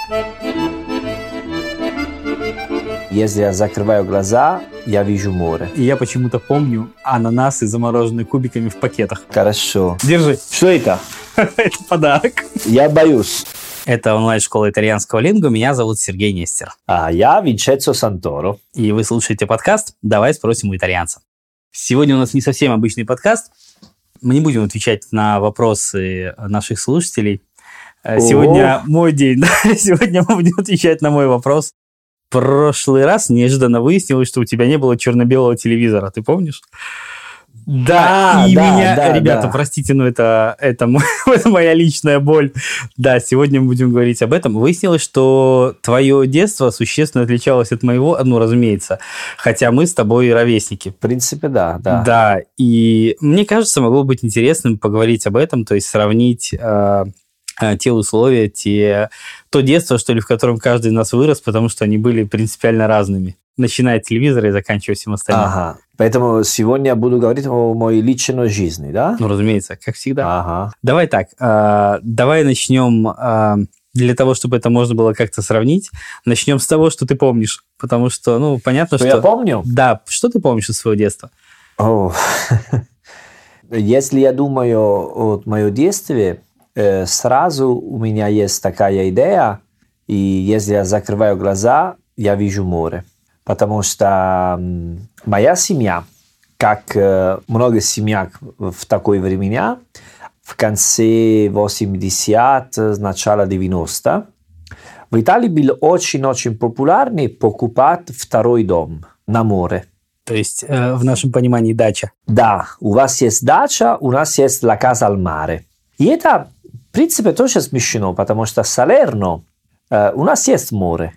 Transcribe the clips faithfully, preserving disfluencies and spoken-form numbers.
Если я закрываю глаза, я вижу море. И я почему-то помню ананасы, замороженные кубиками в пакетах. Хорошо. Держи. Что это? Это подарок. Я боюсь. Это онлайн-школа итальянского лингу. Меня зовут Сергей Нестер. А я Винченцо Санторо. И вы слушаете подкаст «Давай спросим у итальянца». Сегодня у нас не совсем обычный подкаст. Мы не будем отвечать на вопросы наших слушателей. Сегодня О! мой день. Сегодня мы будем отвечать на мой вопрос. В прошлый раз неожиданно выяснилось, что у тебя не было черно-белого телевизора. Ты помнишь? Да, и да, меня, да, ребята, да. простите, но это, это, мой, это моя личная боль. Да, сегодня мы будем говорить об этом. Выяснилось, что твое детство существенно отличалось от моего, ну, разумеется, хотя мы с тобой ровесники. В принципе, да, да. Да, и мне кажется, могло быть интересным поговорить об этом, то есть сравнить э, те условия, те, то детство, что ли, в котором каждый из нас вырос, потому что они были принципиально разными, начиная от телевизора и заканчивая всем остальным. Ага. Поэтому сегодня я буду говорить о моей личной жизни, да? Ну, разумеется, как всегда. Ага. Давай так, э, давай начнем, э, для того, чтобы это можно было как-то сравнить, начнем с того, что ты помнишь, потому что, ну, понятно, что... Что я помню? Да, что ты помнишь из своего детства? О. Если я думаю о моем детстве, э, сразу у меня есть такая идея, и если я закрываю глаза, я вижу море. Потому что моя семья, как много семей в такое время, в конце восьмидесятых, начало девяностых, в Италии был очень-очень популярный покупать второй дом на море. То есть, э, в нашем понимании, дача. Да, у вас есть дача, у нас есть la casa al mare. И это, в принципе, тоже смешно, потому что в Салерно э, у нас есть море.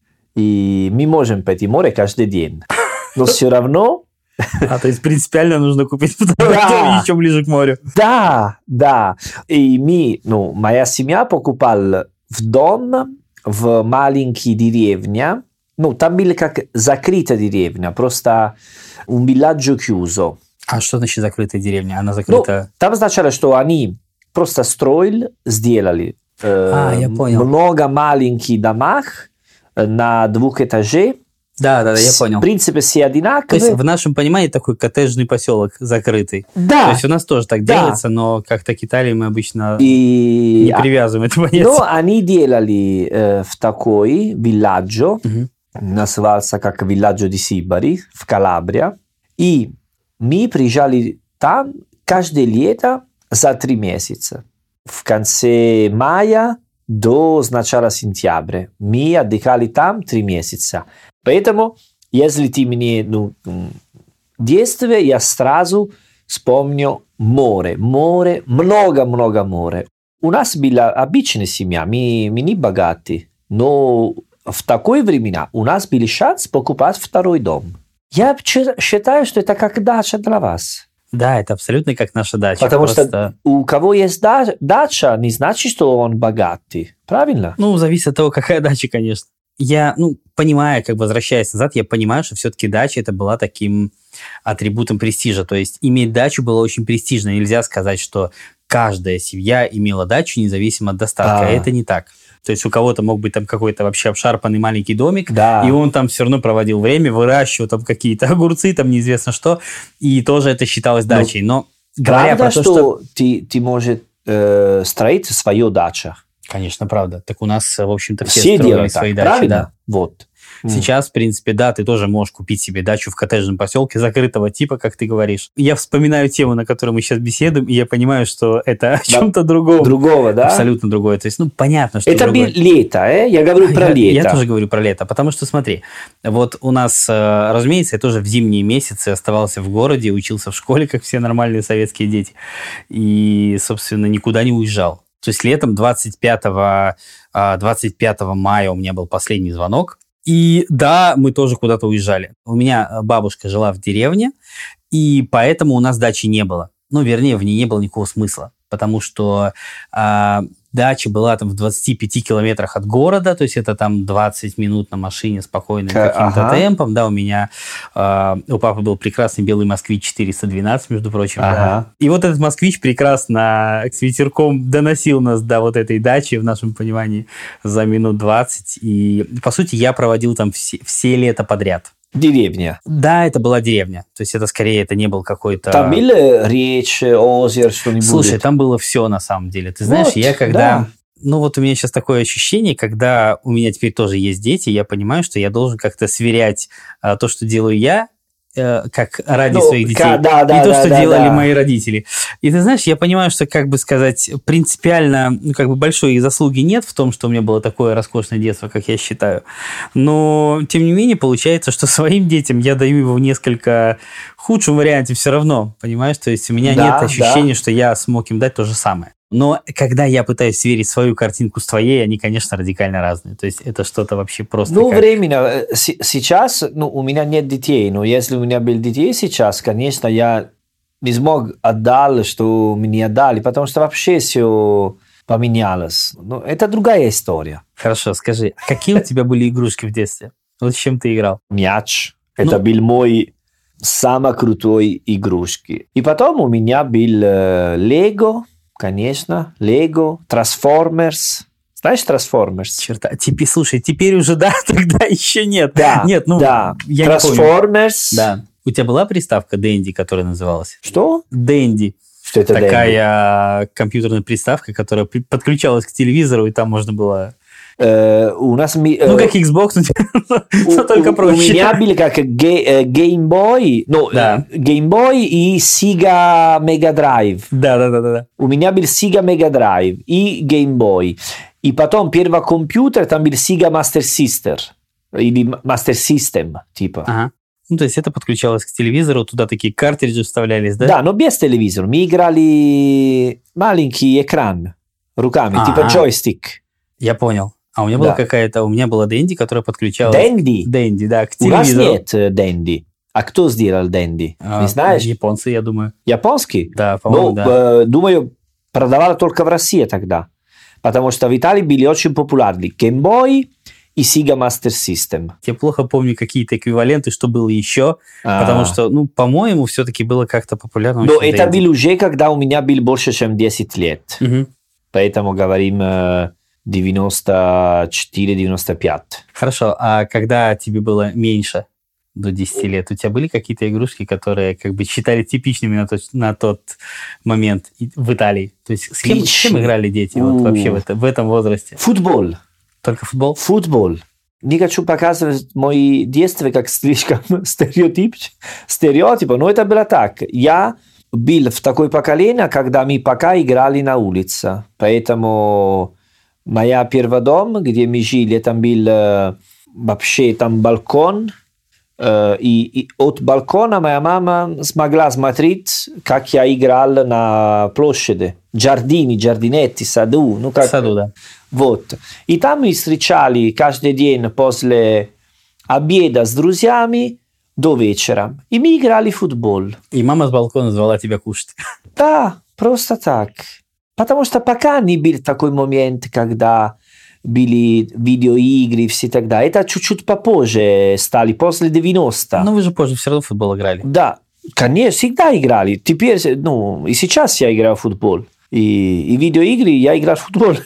И мы можем пойти в море каждый день. Но все равно... А, то есть принципиально нужно купить второй да. дом еще ближе к морю. Да, да. И мы, ну, моя семья покупала в дом в маленькой деревне. Ну, там была как закрытая деревня, просто un villaggio chiuso. А что значит закрытая деревня? Она закрыта... Ну, там означало, что они просто строили, сделали э, а, я понял. много маленьких домов, на двух этажей. Да, да, да, я понял. В принципе, все одинаковые. То есть, в нашем понимании, такой коттеджный поселок закрытый. Да. То есть, у нас тоже так да. делается, но как-то к Италии мы обычно И... не привязываем это понятие. Но они делали э, в такой villaggio, угу. назывался как villaggio di Sibari, в Калабрии. И мы приезжали там каждое лето за три месяца. В конце мая до начала сентября. Мы отдыхали там три месяца. Поэтому, если ты мне ну, детство, я сразу вспомню море. Море, много-много море. У нас была обычная семья, мы, мы не богаты. Но в такое время у нас был шанс покупать второй дом. Я считаю, что это как дача для вас. Да, это абсолютно как наша дача. Потому просто... что у кого есть дача, не значит, что он богатый. Правильно? Ну, зависит от того, какая дача, конечно. Я, ну, понимаю, как бы возвращаясь назад, я понимаю, что все-таки дача это была таким атрибутом престижа. То есть иметь дачу было очень престижно. Нельзя сказать, что каждая семья имела дачу независимо от достатка. А. Это не так. То есть у кого-то мог быть там какой-то вообще обшарпанный маленький домик, да. и он там все равно проводил время, выращивал там какие-то огурцы, там неизвестно что, и тоже это считалось дачей. Но говоря правда, про то, что, что... ты, ты можешь э, строить свою дачу? Конечно, правда. Так у нас, в общем-то, все, все строили свои так, дачи. Правильно? Да. Вот. Сейчас, в принципе, да, ты тоже можешь купить себе дачу в коттеджном поселке закрытого типа, как ты говоришь. Я вспоминаю тему, на которой мы сейчас беседуем, и я понимаю, что это о чем-то да. другом. Другого, да? Абсолютно другое. То есть, ну, понятно, что это другое. Это лето, э? Я говорю а, про я, лето. Я тоже говорю про лето, потому что, смотри, вот у нас, разумеется, я тоже в зимние месяцы оставался в городе, учился в школе, как все нормальные советские дети, и, собственно, никуда не уезжал. То есть летом двадцать пятого мая у меня был последний звонок. И да, мы тоже куда-то уезжали. У меня бабушка жила в деревне, и поэтому у нас дачи не было. Ну, вернее, в ней не было никакого смысла, потому что э, дача была там в двадцати пяти километрах от города, то есть это там двадцать минут на машине спокойным К- каким-то ага. темпом. Да, у меня, э, у папы был прекрасный белый «Москвич» четыреста двенадцать, между прочим. Ага. Да. И вот этот «Москвич» прекрасно с ветерком доносил нас до вот этой дачи, в нашем понимании, за минут двадцать. И, по сути, я проводил там все, все лето подряд. Деревня. Да, это была деревня. То есть это скорее, это не был какой-то... Там были речи, озеро, что-нибудь? Слушай, там было все на самом деле. Ты знаешь, Вот, я когда... да. Ну вот у меня сейчас такое ощущение, когда у меня теперь тоже есть дети, я понимаю, что я должен как-то сверять а, то, что делаю я, э, как ради Ну, своих детей, ка- да, да, и то, да, что да, делали да. мои родители. И ты знаешь, я понимаю, что, как бы сказать, принципиально, ну, как бы большой заслуги нет в том, что у меня было такое роскошное детство, как я считаю. Но, тем не менее, получается, что своим детям я даю его в несколько худшем варианте все равно, понимаешь? То есть у меня Да, нет ощущения, да. что я смог им дать то же самое. Но когда я пытаюсь сверить свою картинку с твоей, они, конечно, радикально разные. То есть это что-то вообще просто Ну, как... временно. э, с- Сейчас, ну, у меня нет детей, но если у меня были детей сейчас, конечно, я не смог отдать, что мне отдали, потому что вообще все поменялось. Ну, это другая история. Хорошо, скажи, а какие у тебя были игрушки в детстве? Вот с чем ты играл? Мяч. Ну. Это был мой самый крутой игрушки. И потом у меня был э, Лего, конечно, Лего, Трансформерс. Знаешь Трансформерс? Черта, теперь, слушай, теперь уже да, тогда еще нет. Да, Нет, ну, да. я не помню. Трансформерс. Да. У тебя была приставка Дэнди, которая называлась? Что? Дэнди. Что это Такая компьютерная приставка, которая при- подключалась к телевизору, и там можно было... Э, у нас ми- Ну, э, как Xbox, но у, только у- у проще. меня были как ге- э, Game Boy, ну, Да. э, Game Boy и Sega Mega Drive. Да, да, да, да, да. У меня был Sega Mega Drive и Game Boy. И потом первый компьютер, там был Sega Master System. Или Master System, типа. Ага. Ну, то есть это подключалось к телевизору, туда такие картриджи вставлялись, да? Да, но без телевизора. Мы играли маленький экран руками, А-а. типа джойстик. Я понял. А у меня была Да. какая-то, у меня была Дэнди, которая подключалась... Дэнди? Дэнди, да, к У нас телевизору. нет э, Дэнди. А кто сделал Дэнди? А, Не знаешь? Японцы, я думаю. Японский? Да, по-моему, Ну, да. э, думаю, продавали только в России тогда. Потому что в Италии были очень популярны Game Boy и Sega Master System. Я плохо помню какие-то эквиваленты, что было еще, А. потому что, ну, по-моему, все-таки было как-то популярно. Но очень это Дэнди. было уже, когда у меня было больше, чем десять лет. Мгм. Поэтому говорим э, девяносто четыре девяносто пять. Хорошо, а когда тебе было меньше, до десяти лет, у тебя были какие-то игрушки, которые как бы считали типичными на тот, на тот момент и- в Италии? То есть с кем, с чем Типичные? играли дети вот, У. вообще в, это- в этом возрасте? Футбол. Только футбол? Футбол. Не хочу показывать мои детство как слишком стереотип, стереотип, но это было так. Я был в такое поколение, когда мы пока играли на улице. Поэтому моя первый дом, где мы жили, там был э, вообще там балкон. Э, и, и от балкона моя мама смогла смотреть, как я играл на площади. Giardini, giardinetti, саду. Ну, как... В саду, да. Вот. И там мы встречали каждый день после обеда с друзьями до вечера. И мы играли в футбол. И мама с балкона звала тебя кушать. Да, просто так. Потому что пока не был такой момент, когда были видеоигры и все тогда. Это чуть-чуть попозже стали, после девяностых. Но вы же позже все равно в футбол играли. Да, конечно, всегда играли. Теперь, ну, и сейчас я играю в футбол. И, и видеоигры, я играю в футбол.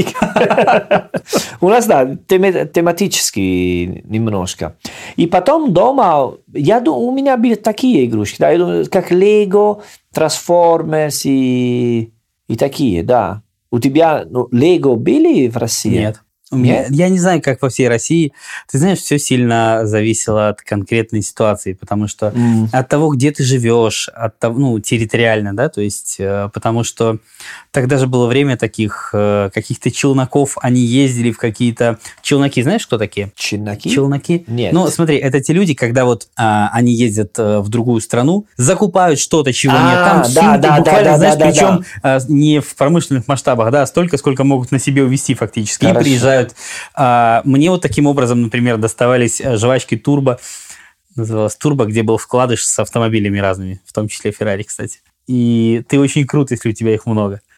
У нас, да, тема- тематически немножко. И потом дома, я думаю, у меня были такие игрушки, да, я думаю, как Лего, Трансформерс и, и такие, да. У тебя ну, Лего были в России? Нет. У меня, Нет? я не знаю, как во всей России. Ты знаешь, все сильно зависело от конкретной ситуации, потому что М. от того, где ты живешь, от того, ну, территориально, да, то есть, э, потому что тогда же было время таких э, каких-то челноков, они ездили в какие-то... Челноки, знаешь, кто такие? Челноки? Челноки? Нет. Ну, смотри, это те люди, когда вот а, они ездят э, в другую страну, закупают что-то, чего А, нет, там да, сумки да, буквально, да, знаешь, да, да, причем а, не в промышленных масштабах, да, а столько, сколько могут на себе увезти фактически. И Хорошо. приезжают. А, мне вот таким образом, например, доставались а, жвачки Турбо, называлась Турбо, где был вкладыш с автомобилями разными, в том числе Феррари, кстати. И ты очень крут, если у тебя их много.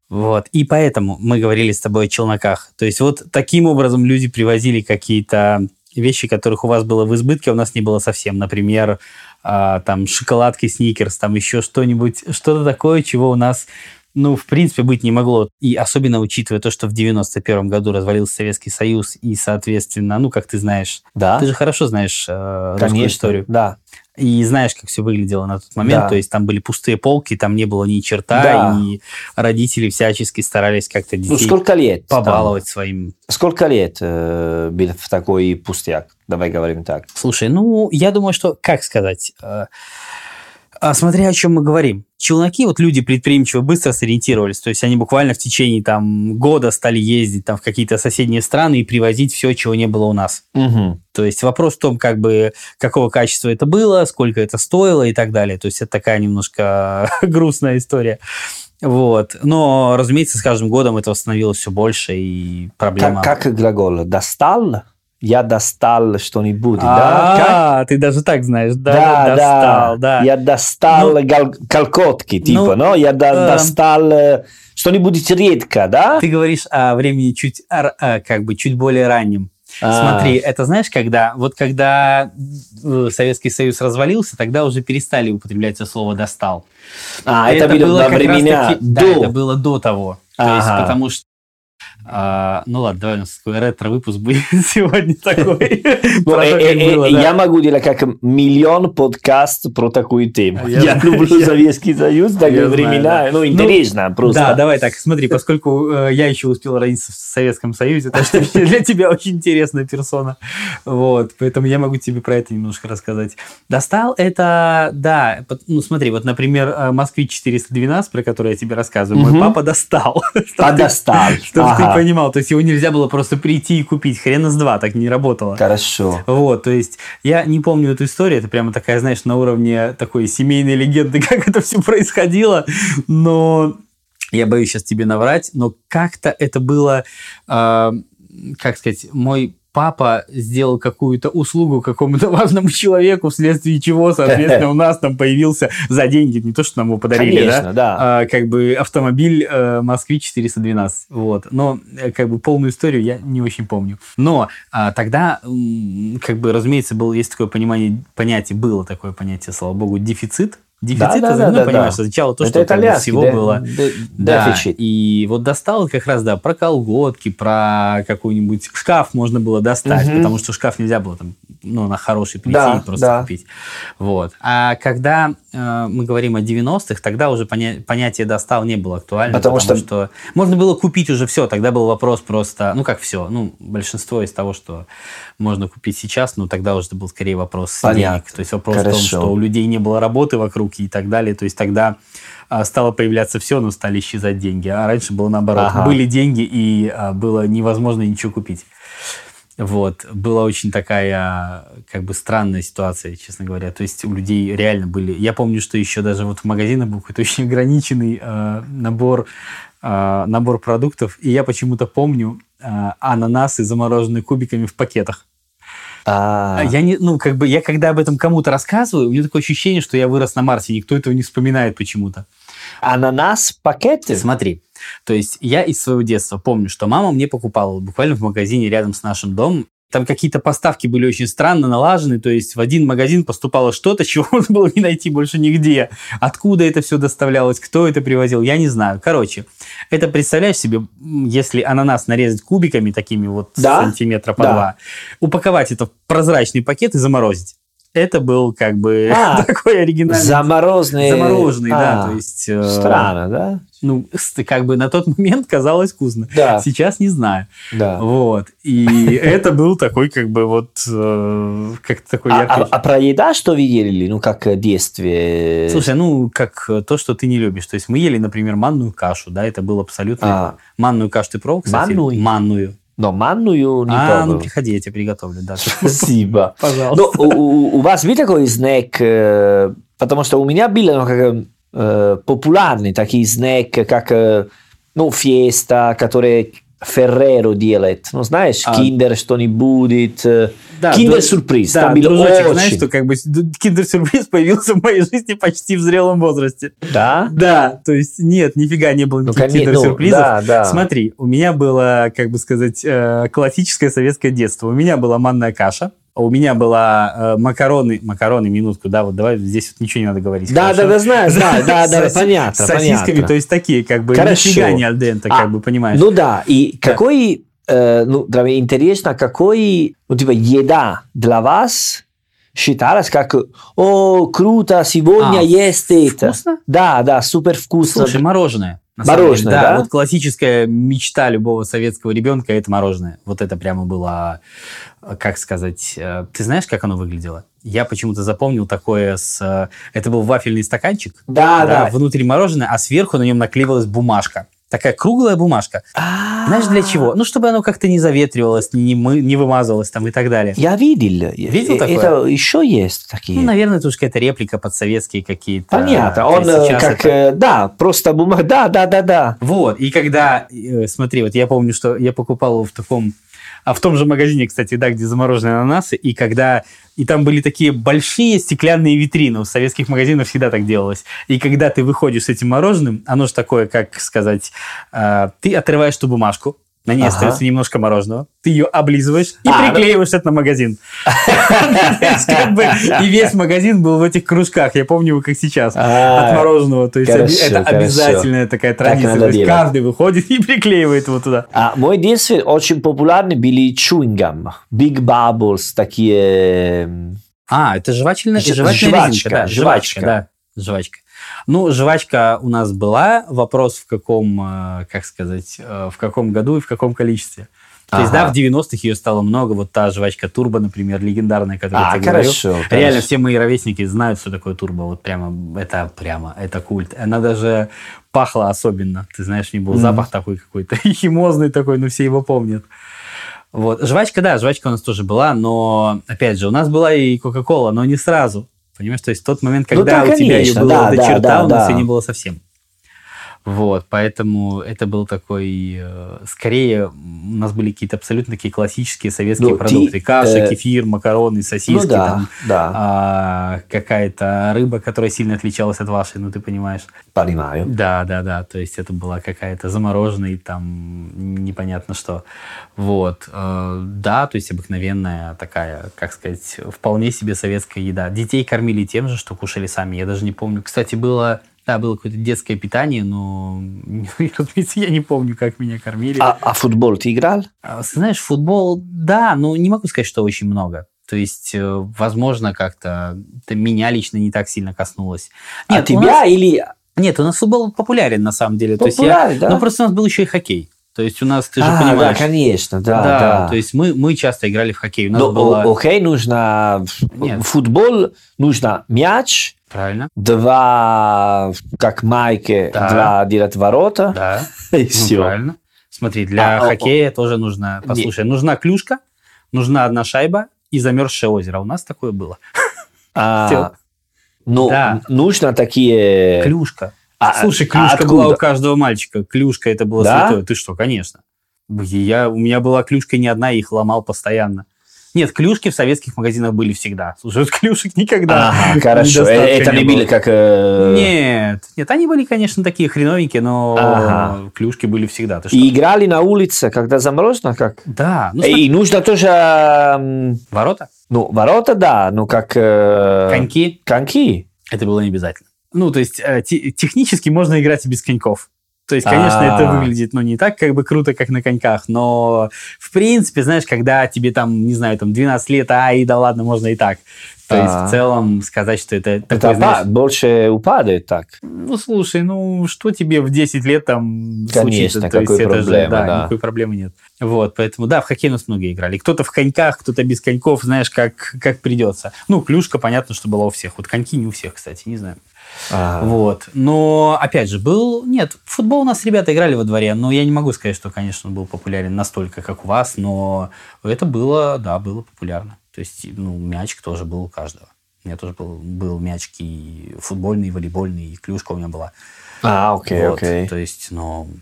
Вот. И поэтому мы говорили с тобой о челноках. То есть вот таким образом люди привозили какие-то вещи, которых у вас было в избытке, а у нас не было совсем. Например, э, там шоколадки, сникерс, там еще что-нибудь, что-то такое, чего у нас, ну, в принципе, быть не могло. И особенно учитывая то, что в девяносто первом году развалился Советский Союз, и, соответственно, ну, как ты знаешь, да. ты же хорошо знаешь э, Конечно, русскую историю. Да. И знаешь, как все выглядело на тот момент. Да. То есть там были пустые полки, там не было ни черта, Да. и родители всячески старались как-то детей Ну, сколько лет побаловать там? своим. Сколько лет э, был в такой пустяк? Давай говорим так. Слушай, ну, я думаю, что, как сказать, э, а смотря о чем мы говорим. Челноки, вот люди предприимчиво быстро сориентировались, то есть они буквально в течение там года стали ездить там в какие-то соседние страны и привозить все, чего не было у нас. Угу. То есть вопрос в том, как бы, какого качества это было, сколько это стоило и так далее. То есть это такая немножко грустная история. Вот. Но, разумеется, с каждым годом этого становилось все больше, и проблема... Как, как глагол? Достал? Я достал что-нибудь, да? А, ты даже так знаешь, да? Да, Достал, да. Я достал колготки, типа, ну, я достал что-нибудь редко, да? Ты говоришь о времени чуть, как бы, чуть более раннем. Смотри, это знаешь, когда, вот когда Советский Союз развалился, тогда уже перестали употреблять это слово «достал». А, это, это было во времена до. Да, это было до того. То ага. есть, потому что А, ну ладно, давай у нас такой ретро-выпуск будет сегодня такой. Я могу делать как миллион подкаст про такую тему. Я люблю Советский Союз, такие времена, ну интересно просто. Да, давай так, смотри, поскольку я еще успел родиться в Советском Союзе, так что для тебя очень интересная персона, вот, поэтому я могу тебе про это немножко рассказать. Достал это, да, ну смотри, вот, например, Москвич четыреста двенадцать, про который я тебе рассказываю, мой папа достал. Подостал. Чтобы ты понимал, то есть его нельзя было просто прийти и купить, хрена с два, так не работало. Хорошо. Вот, то есть я не помню эту историю, это прямо такая, знаешь, на уровне такой семейной легенды, как это все происходило, но я боюсь сейчас тебе наврать, но как-то это было, э, как сказать, мой папа сделал какую-то услугу какому-то важному человеку, вследствие чего, соответственно, у нас там появился за деньги, не то, что нам его подарили, Конечно, да, да? А, как бы автомобиль э, Москвич четыреста двенадцать. Вот. Но как бы полную историю я не очень помню. Но а, тогда, как бы, разумеется, было, есть такое понимание, понятие, было такое понятие, слава богу, дефицит. Дефицит, да, да, ну, да, понимаешь, да. означало то, что это как бы всего де, было. Де, да, дефицит. И вот достал как раз, да, про колготки, про какой-нибудь шкаф можно было достать, угу. потому что шкаф нельзя было там, ну, на хороший прийти да, и просто да. купить. Вот. А когда э, мы говорим о девяностых, тогда уже поня- понятие достал не было актуально, потому, потому что... что можно было купить уже все. Тогда был вопрос просто, ну, как все, ну, большинство из того, что можно купить сейчас, ну, тогда уже был скорее вопрос Понятно. денег. То есть вопрос Хорошо. в том, что у людей не было работы вокруг и так далее. То есть тогда а, стало появляться все, но стали исчезать деньги. А раньше было наоборот. Ага. Были деньги, и а, было невозможно ничего купить. Вот. Была очень такая, как бы, странная ситуация, честно говоря. То есть у людей реально были... Я помню, что еще даже вот в магазинах был какой-то очень ограниченный э, набор, э, набор продуктов. И я почему-то помню э, ананасы, замороженные кубиками в пакетах. А. Я не, ну, как бы, я когда об этом кому-то рассказываю, у меня такое ощущение, что я вырос на Марсе, никто этого не вспоминает почему-то. Ананас в пакете? Смотри, то есть я из своего детства помню, что мама мне покупала буквально в магазине рядом с нашим домом. Там какие-то поставки были очень странно налажены, то есть в один магазин поступало что-то, чего можно было не найти больше нигде. Откуда это все доставлялось, кто это привозил, я не знаю. Короче, это представляешь себе, если ананас нарезать кубиками такими вот да? сантиметра по да. два, упаковать это в прозрачный пакет и заморозить. Это был как бы а, такой оригинальный... Замороженный. Замороженный, а, да. То есть, странно, да? Ну, как бы на тот момент казалось вкусно. Да. Сейчас не знаю. Да. Вот. И это был такой, как бы, вот... Как такой яркий... А, а про еда что вы ели? Ну, как в детстве? Слушай, ну, как то, что ты не любишь. То есть мы ели, например, манную кашу, да, это был абсолютно... А. Манную кашу ты пробовал, кстати? Манную? Манную. Но манную не а, пробовал. ну приходи, я тебе приготовлю. Да. Спасибо. Пожалуйста. Но у, у вас был такой снэк, э, потому что у меня были ну, как, э, популярные такие снэки, как ну, феста, которые Ferrero делает. Ну, знаешь, А. киндер что-нибудь будет. Да, Киндер-сюрприз. Да, Там было дружочек, очень. знаешь, что как бы киндер-сюрприз появился в моей жизни почти в зрелом возрасте. Да? Да, то есть нет, нифига не было Ну, никаких конечно, киндер-сюрпризов. ну, да, да. Смотри, у меня было, как бы сказать, э, классическое советское детство. У меня была манная каша, у меня была э, макароны, макароны, минутку, да, вот давай здесь вот ничего не надо говорить. Да, хорошо? да, да, знаю, знаю, да, да, С- понятно, С сосисками, понятно. то есть такие, как бы, Хорошо. нифига не альдента, А, как бы, понимаешь. Ну да, и Да. какой, э, ну, для меня интересно, какой, ну, типа, еда для вас считалась как, о, круто, сегодня А, есть это. вкусно? Да, да, супер вкусно. Слушай, мороженое. на самом Мороженое, деле. да? Вот классическая мечта любого советского ребенка – это мороженое. Вот это прямо было, как сказать... э, Ты знаешь, как оно выглядело? Я почему-то запомнил такое с... э, Это был вафельный стаканчик. Да, да. Внутри мороженое, а сверху на нем наклеивалась бумажка. Такая круглая бумажка. А, Знаешь, для чего? Ну, чтобы оно как-то не заветривалось, не, мы- не вымазывалось там и так далее. Я видел. Видел Э, такое? Это еще есть такие. Ну, наверное, это уж какая-то реплика под советские какие-то. Понятно. То Он есть э, сейчас как, это- э, да, просто бумага. Да, да, да, да. Вот, и когда, э, смотри, вот я помню, что я покупал его в таком, а в том же магазине, кстати, да, где замороженные ананасы, и когда, и там были такие большие стеклянные витрины, у советских магазинов всегда так делалось, и когда ты выходишь с этим мороженым, оно же такое, как сказать, э, ты отрываешь ту бумажку, на ней Ага. остается немножко мороженого, ты ее облизываешь и А, приклеиваешь это на магазин. То есть, как бы, и весь магазин был в этих кружках, я помню его как сейчас, А, от мороженого. То есть хорошо, это хорошо. обязательная такая традиция. надо То есть делать. каждый выходит и приклеивает его туда. А в моем детстве очень популярны были чуингам, Big Bubbles, такие... м, А, это жвачная, Ж- жвачная жвачка, резинка, да, жвачка. жвачка, да, жвачка. Ну, жвачка у нас была. Вопрос в каком, э, как сказать, э, в каком году и в каком количестве. То есть, Ага. да, в девяностых ее стало много. Вот та жвачка Турбо, например, легендарная, которую А, я тебе говорю. хорошо, Реально, хорошо. все мои ровесники знают, что такое Турбо. Вот прямо, это прямо, это культ. Она даже пахла особенно. Ты знаешь, у нее был Мгм. запах такой какой-то химозный такой, но все его помнят. Вот. Жвачка, да, жвачка у нас тоже была, но, опять же, у нас была и Кока-Кола, но не сразу. Понимаешь, то есть в тот момент, Ну когда да, у тебя ее конечно, было да, до да, черта, да, у нас да. ее не было совсем. Вот, поэтому это был такой, э, скорее, у нас были какие-то абсолютно такие классические советские Ну, ты, продукты. Каша, э, кефир, макароны, сосиски, Ну да, там, да, а, какая-то рыба, которая сильно отличалась от вашей, ну ты понимаешь. понимаю. Да, да, да, то есть это была какая-то замороженная, там, непонятно что. Вот, э, да, то есть обыкновенная такая, как сказать, вполне себе советская еда. Детей кормили тем же, что кушали сами, я даже не помню. Кстати, было, да, было какое-то детское питание, но, разумеется, я не помню, как меня кормили. А, а футбол ты играл? А, Знаешь, футбол, да, но не могу сказать, что очень много. То есть, э, возможно, как-то это меня лично не так сильно коснулось. а Нет, у тебя нас- или... нет, у нас футбол популярен на самом деле. То есть я- Популярен, да? Ну, просто у нас был еще и хоккей. То есть у нас, ты же а, понимаешь... да, конечно, да, да, да. то есть мы, мы часто играли в хоккей. У нас Но, было... о- окей, нужно... Нет. Футбол, нужно мяч, Правильно? два, как майки, Да. для делать ворота, Да. и Ну, все. правильно. Смотри, для А, о- хоккея тоже нужно... Не. Послушай, нужна клюшка, нужна одна шайба и замерзшее озеро. У нас такое было. А, Всё. ну, Да. нужно такие... Клюшка. А, Слушай, а клюшка откуда? была у каждого мальчика. Клюшка это было Да? святое. Ты что, конечно. Я, у меня была клюшка не одна, я их ломал постоянно. Нет, клюшки в советских магазинах были всегда. Слушай, вот клюшек никогда Ага, хорошо. недостатка Э, Это не было. были как... э, Нет, нет, они были, конечно, такие хреновенькие, но Ага. клюшки были всегда. Ты что? И играли на улице, когда заморозно, как... Да, ну И смотри, нужно тоже... м, ворота, Ну, ворота, да, ну как... э, коньки, Коньки. это было не обязательно. Ну, то есть э, те- технически можно играть и без коньков. То есть, конечно, это А. выглядит, ну, не так как бы круто, как на коньках, но, в принципе, знаешь, когда тебе там, не знаю, там двенадцать лет, ай, да ладно, можно и так. То есть, А. в целом, сказать, что это Это такой, знаешь, опа- больше упадет так. ну, слушай, ну, что тебе в десять лет там Конечно, случится? То есть, какой это же, проблемы, да, да. никакой проблемы нет. Вот, поэтому, да, в хоккей у нас многие играли. Кто-то в коньках, кто-то без коньков, знаешь, как, как придется. Ну, клюшка, понятно, что была у всех. Вот коньки не у всех, кстати, не знаю. А. Вот. Но, опять же, был... Нет, в футбол у нас ребята играли во дворе, но я не могу сказать, что, конечно, он был популярен настолько, как у вас, но это было, да, было популярно. То есть, ну, мячик тоже был у каждого. У меня тоже был, был мячик и футбольный, и волейбольный, и клюшка у меня была. А, окей, Вот. окей. То есть, ну,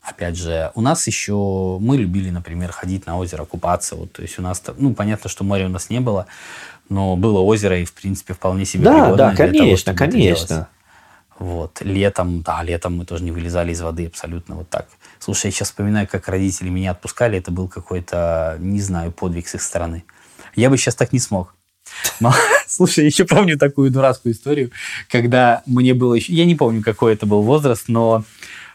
Опять же, у нас еще... Мы любили, например, ходить на озеро, купаться. Вот, то есть у нас... Ну, понятно, что моря у нас не было, но было озеро и, в принципе, вполне себе Да, пригодное да, конечно, для того, конечно. Вот. Летом, да, летом мы тоже не вылезали из воды абсолютно вот так. Слушай, я сейчас вспоминаю, как родители меня отпускали. Это был какой-то, не знаю, подвиг с их стороны. Я бы сейчас так не смог. Слушай, еще помню такую дурацкую историю, когда мне было еще... Я не помню, какой это был возраст, но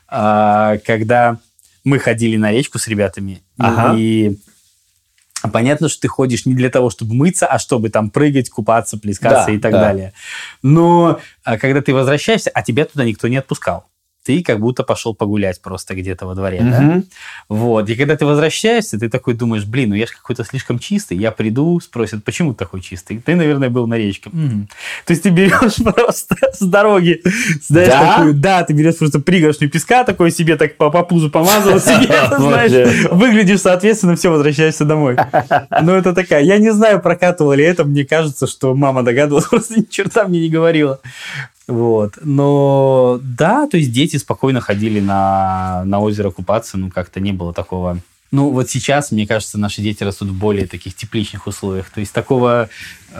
а, когда мы ходили на речку с ребятами, ага. и понятно, что ты ходишь не для того, чтобы мыться, а чтобы там прыгать, купаться, плескаться да, и так да. далее. Но а, когда ты возвращаешься, а тебя туда никто не отпускал. Ты как будто пошел погулять просто где-то во дворе, mm-hmm. да? Вот. И когда ты возвращаешься, ты такой думаешь, блин, ну я же какой-то слишком чистый. Я приду, спросят, почему ты такой чистый? Ты, наверное, был на речке. Mm-hmm. То есть ты берешь просто с дороги, знаешь, да? такую, да, ты берешь просто пригоршню песка, такой себе так по, по пузу помазал себе, знаешь, выглядишь соответственно, все, возвращаешься домой. Ну, это такая, я не знаю, прокатывала ли это, мне кажется, что мама догадывалась, просто ни черта мне не говорила. Вот. Но да, то есть дети спокойно ходили на, на озеро купаться, ну как-то не было такого... Ну вот сейчас, мне кажется, наши дети растут в более таких тепличных условиях. То есть такого,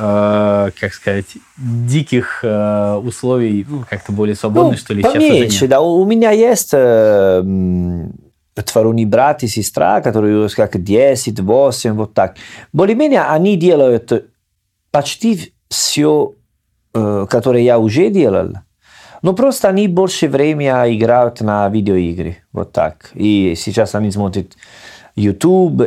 э, как сказать, диких э, условий, ну как-то более свободных, ну, что ли, сейчас уже нет. Да, у меня есть э, двоюродный брат и сестра, которые как десять, восемь, вот так. Более-менее они делают почти все, которые я уже делал, но просто они больше времени играют на видеоигры, вот так. И сейчас они смотрят YouTube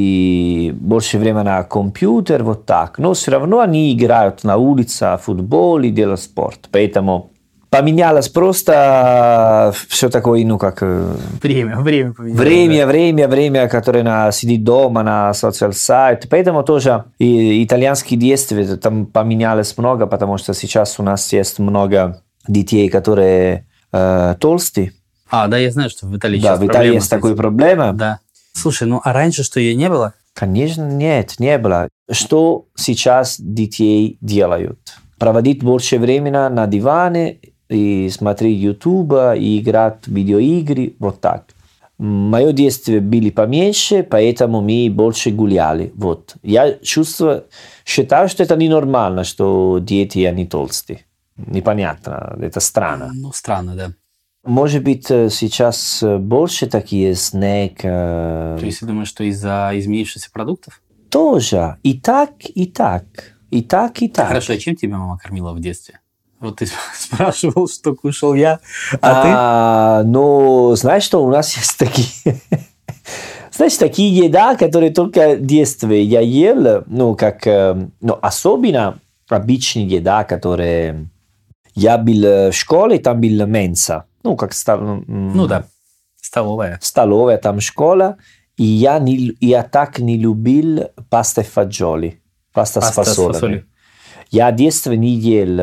и больше времени на компьютер, вот так. Но все равно они играют на улице, футбол и делают спорт. Поэтому поменялось просто все такое, ну как... Время, время поменялось. Время, да. время, время, которое на, сидит дома на социальном сайте. Поэтому тоже и итальянские действия там поменялось много, потому что сейчас у нас есть много детей, которые э, толстые. А, да, я знаю, что в Италии да, сейчас в Италии есть такая проблема. Да. Слушай, ну а раньше что, ее не было? Конечно, нет, не было. Что сейчас детей делают? Проводить больше времени на диване, и смотреть YouTube, и играть в видеоигры, вот так. Мое детство были поменьше, поэтому мы больше гуляли. Вот. Я чувствую, считаю, что это ненормально, что дети, они толстые. Непонятно, это странно. Ну, странно, да. Может быть, сейчас больше такие снэк. То есть ты думаешь, что из-за изменившихся продуктов? Тоже. И так, и так. И так, и так. Хорошо, а чем тебя мама кормила в детстве? Вот ты спрашивал, что кушал я, а, а ты? Ну, знаешь, что у нас есть такие... Знаешь, такие еда, которые только в детстве я ел, ну, как... Ну, особенно обычная еда, которая... Я был в школе, там был менса. Ну, как... Ну, да, столовая. Столовая, там школа. И я, не, я так не любил паста и фаджоли. Паста, паста с фасолью. С фасолью. Я в детстве не ел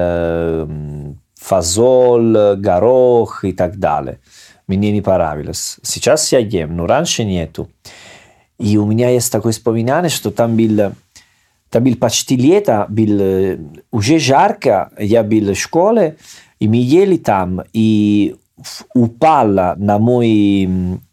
э, фасоль, горох и так далее. Мне не понравилось. Сейчас я ем, но раньше нету. И у меня есть такое воспоминание, что там был, там был почти лето, был уже жарко, я был в школе, и мы ели там, и упала на мои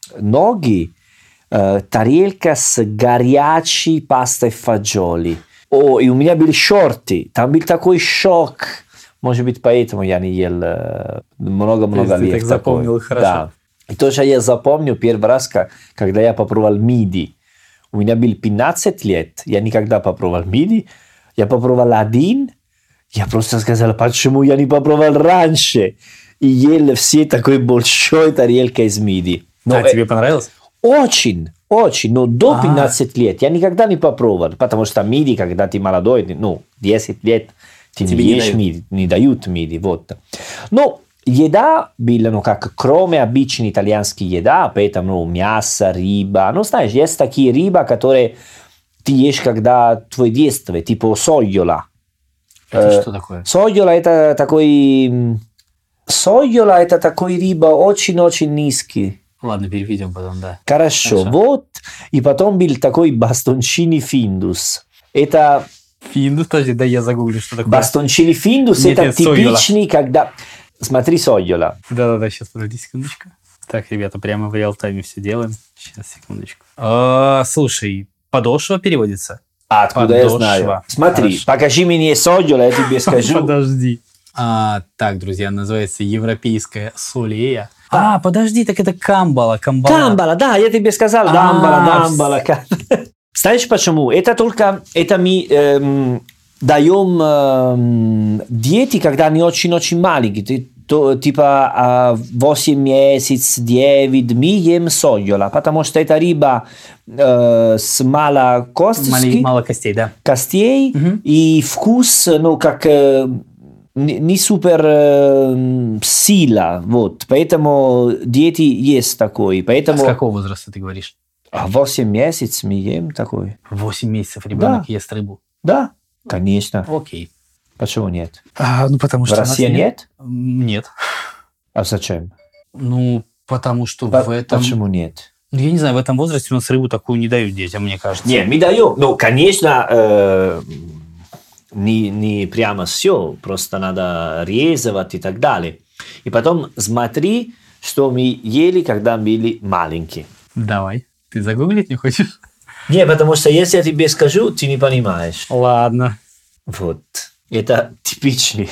ноги э, тарелка с горячей пастой фаджоли. О, и у меня были шорты, там был такой шок. Может быть, поэтому я не ел много-много лет. Ты так запомнил их хорошо. Да. И тоже я запомню первый раз, когда я попробовал миди. У меня было пятнадцать лет, я никогда попробовал миди. Я попробовал один, я просто сказал, почему я не попробовал раньше. И ел все такой большой тарелкой из миди. Но а э... тебе понравилось? Очень. Очень, но до пятнадцати лет я никогда не попробовал, потому что миди, когда ты молодой, ну, десять лет, ты не ешь миди, не дают миди, вот. Но еда была, ну, как, кроме обычной итальянской еды, поэтому мясо, рыба, ну, знаешь, есть такие рыба, которые ты ешь, когда твое детство, типа сойола. Это э, что такое? Сойола это такой... Сойола это такой рыба очень-очень низкий. Ладно, переведем потом, да. Хорошо. Хорошо, вот. И потом был такой бастончини финдус. Это... Финдус, подожди, да я загуглю, что такое. Бастончини финдус это типичный, когда... Смотри, сойола. Да-да-да, сейчас, подожди секундочку. Так, ребята, прямо в реал-тайме все делаем. Сейчас, секундочку. А, слушай, подошва переводится? А откуда подошва. Я знаю? Смотри, Хорошо. Покажи мне содёла, я тебе скажу. Подожди. А, так, друзья, называется европейская солея. А, подожди, так это камбала, камбала. Камбала, да, я тебе сказал, дамбала, дамбала. Знаешь почему? Это только, это мы эм, даем эм, диете, когда они очень-очень маленькие. То, типа восемь месяцев, девять, мы ем содёла, потому что это рыба э, с мало костей. Мало костей, да. Костей, угу. И вкус, ну, как... Э, не супер э, сила, вот, поэтому дети есть такой, поэтому... А с какого возраста ты говоришь? восемь месяцев мы ем такой. восемь месяцев ребенок да. ест рыбу? Да, конечно. Окей. Почему нет? А, ну, потому что... В России нет? Нет. А зачем? Ну, потому что По- в этом... Почему нет? Ну, я не знаю, в этом возрасте у нас рыбу такую не дают детям, мне кажется. Нет, мы даем, ну, конечно... Э- Не, не прямо все, просто надо резать и так далее. И потом смотри, что мы ели, когда были маленькие. Давай. Ты загуглить не хочешь? Не, потому что если я тебе скажу, ты не понимаешь. Ладно. Вот. Это типичный.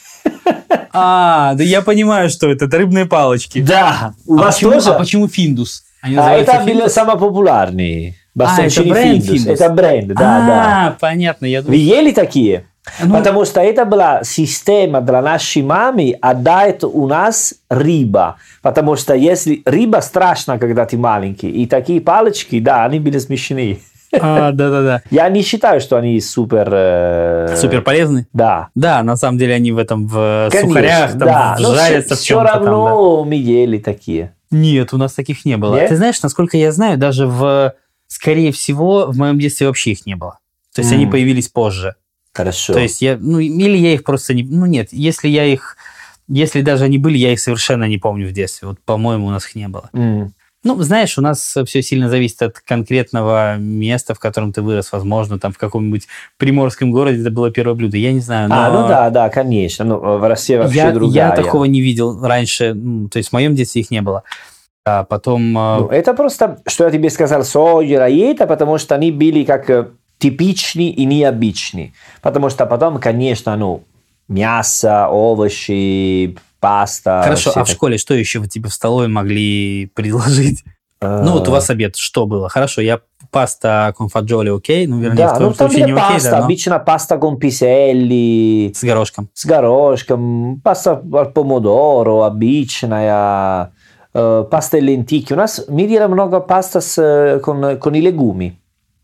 А, да я понимаю, что это. Это рыбные палочки. Да. У а вас почему, тоже? А почему финдус? Они а это были самые популярные. А, это бренд Финдус. Это бренд, да, а, да. А, понятно. Я думаю... Вы ели такие? Ну... Потому что это была система для нашей мамы отдать у нас рыба. Потому что если рыба страшна, когда ты маленький, и такие палочки, да, они были смешные. А, да-да-да. Я не считаю, что они супер... Э... Супер полезны? Да. Да, на самом деле они в этом, в Конечно, сухарях, там, да. жарятся в все чем-то равно там, да. мы ели такие. Нет, у нас таких не было. Нет? Ты знаешь, насколько я знаю, даже в... Скорее всего, в моем детстве вообще их не было. То есть mm. они появились позже. Хорошо. То есть я... Ну, или я их просто не... Ну, нет, если я их... Если даже они были, я их совершенно не помню в детстве. Вот, по-моему, у нас их не было. Mm. Ну, знаешь, у нас все сильно зависит от конкретного места, в котором ты вырос. Возможно, там в каком-нибудь приморском городе это было первое блюдо. Я не знаю, но... А, ну да, да, конечно. Ну, в России вообще я, другая. Я такого не видел раньше. Ну, то есть в моем детстве их не было. А потом... Ну, это просто, что я тебе сказал, соя и это, потому что они были как типичные и необычные. Потому что потом, конечно, ну, мясо, овощи, паста. Хорошо, а так... в школе что еще вы тебе в столовой могли предложить? А... Ну, вот у вас обед что было? Хорошо, я паста конфаджоли, окей? Ну, вернее, да, в твоем ну, случае не паста, окей, да, но... обычно паста con piselli. С горошком. С горошком, паста al pomodoro, обычная... Паста и лентики. У нас мы делаем много паста с, con, con i legumi.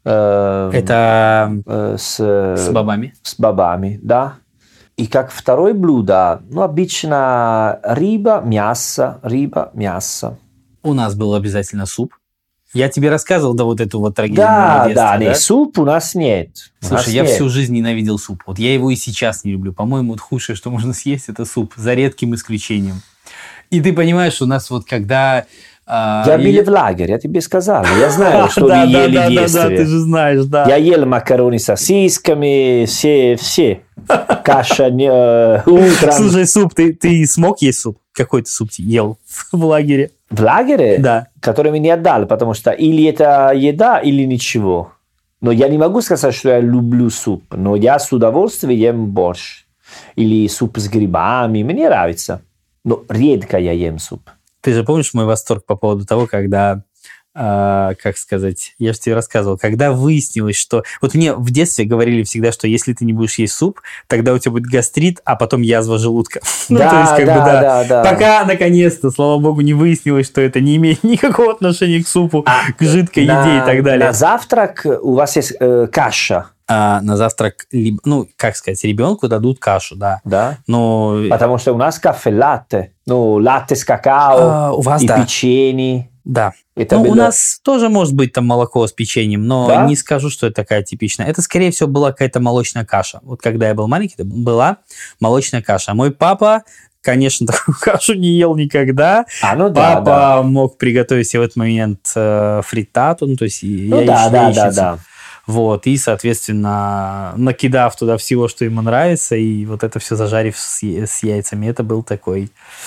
Это с, с бобами? С бобами, да. И как второе блюдо, ну, обычно рыба, мясо, рыба, мясо. У нас был обязательно суп. Я тебе рассказывал, да, вот эту вот трагедию. Да, детства, да, да, не, суп у нас нет. Слушай, нас я нет. всю жизнь ненавидел суп. Вот я его и сейчас не люблю. По-моему, вот худшее, что можно съесть, это суп, за редким исключением. И ты понимаешь, у нас вот когда... А, я были я... в лагере, я тебе сказал. Я знаю, что вы ели в детстве. Да, ты же знаешь, да. Я ел макароны с сосисками, все, все. Каша утром. Слушай, суп, ты, ты смог есть суп? Какой ты суп ел в лагере? В лагере? Да. Который мне отдали, потому что или это еда, или ничего. Но я не могу сказать, что я люблю суп. Но я с удовольствием ем борщ. Или суп с грибами. Мне нравится. Но редко я ем суп. Ты же помнишь мой восторг по поводу того, когда, э, как сказать, я же тебе рассказывал, когда выяснилось, что... Вот мне в детстве говорили всегда, что если ты не будешь есть суп, тогда у тебя будет гастрит, а потом язва желудка. Да, ну, то есть, как да, бы, да, да, да. Пока, наконец-то, слава богу, не выяснилось, что это не имеет никакого отношения к супу, а, к жидкой на, еде и так далее. На завтрак у вас есть э, каша. А, на завтрак, ну, как сказать, ребенку дадут кашу, да. Да? Но... Потому что у нас кафе-латте. Ну, латте с какао, а, у вас, и да. печенье. Да. Это ну, было... у нас тоже может быть там молоко с печеньем, но да? не скажу, что это такая типичная. Это, скорее всего, была какая-то молочная каша. Вот когда я был маленький, это была молочная каша. Мой папа, конечно, такую кашу не ел никогда. А, ну да, папа да. мог приготовить себе в этот момент э, фриттату, ну, то есть ну, яич, да, да, яичницу. Да, да, да. Вот, и, соответственно, накидав туда всего, что ему нравится, и вот это все зажарив с, с яйцами, это был такой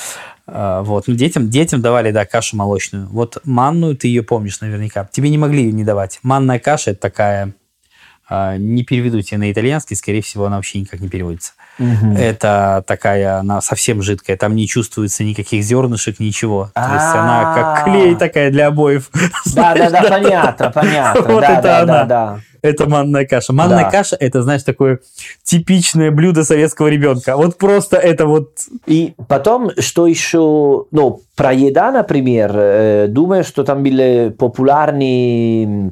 Вот. Ну, детям, детям давали, да, кашу молочную. Вот манную, ты ее помнишь наверняка. Тебе не могли ее не давать. Манная каша – это такая... Не переведу тебе на итальянский, скорее всего, она вообще никак не переводится. Угу. Это такая, она совсем жидкая, там не чувствуется никаких зернышек, ничего. То есть она как клей такая для обоев. Да-да-да, понятно, понятно. Вот это она. Это манная каша. Манная каша – это, знаешь, такое типичное блюдо советского ребенка. Вот просто это вот... И потом, что еще... Ну, про еда, например, думаю, что там были популярные...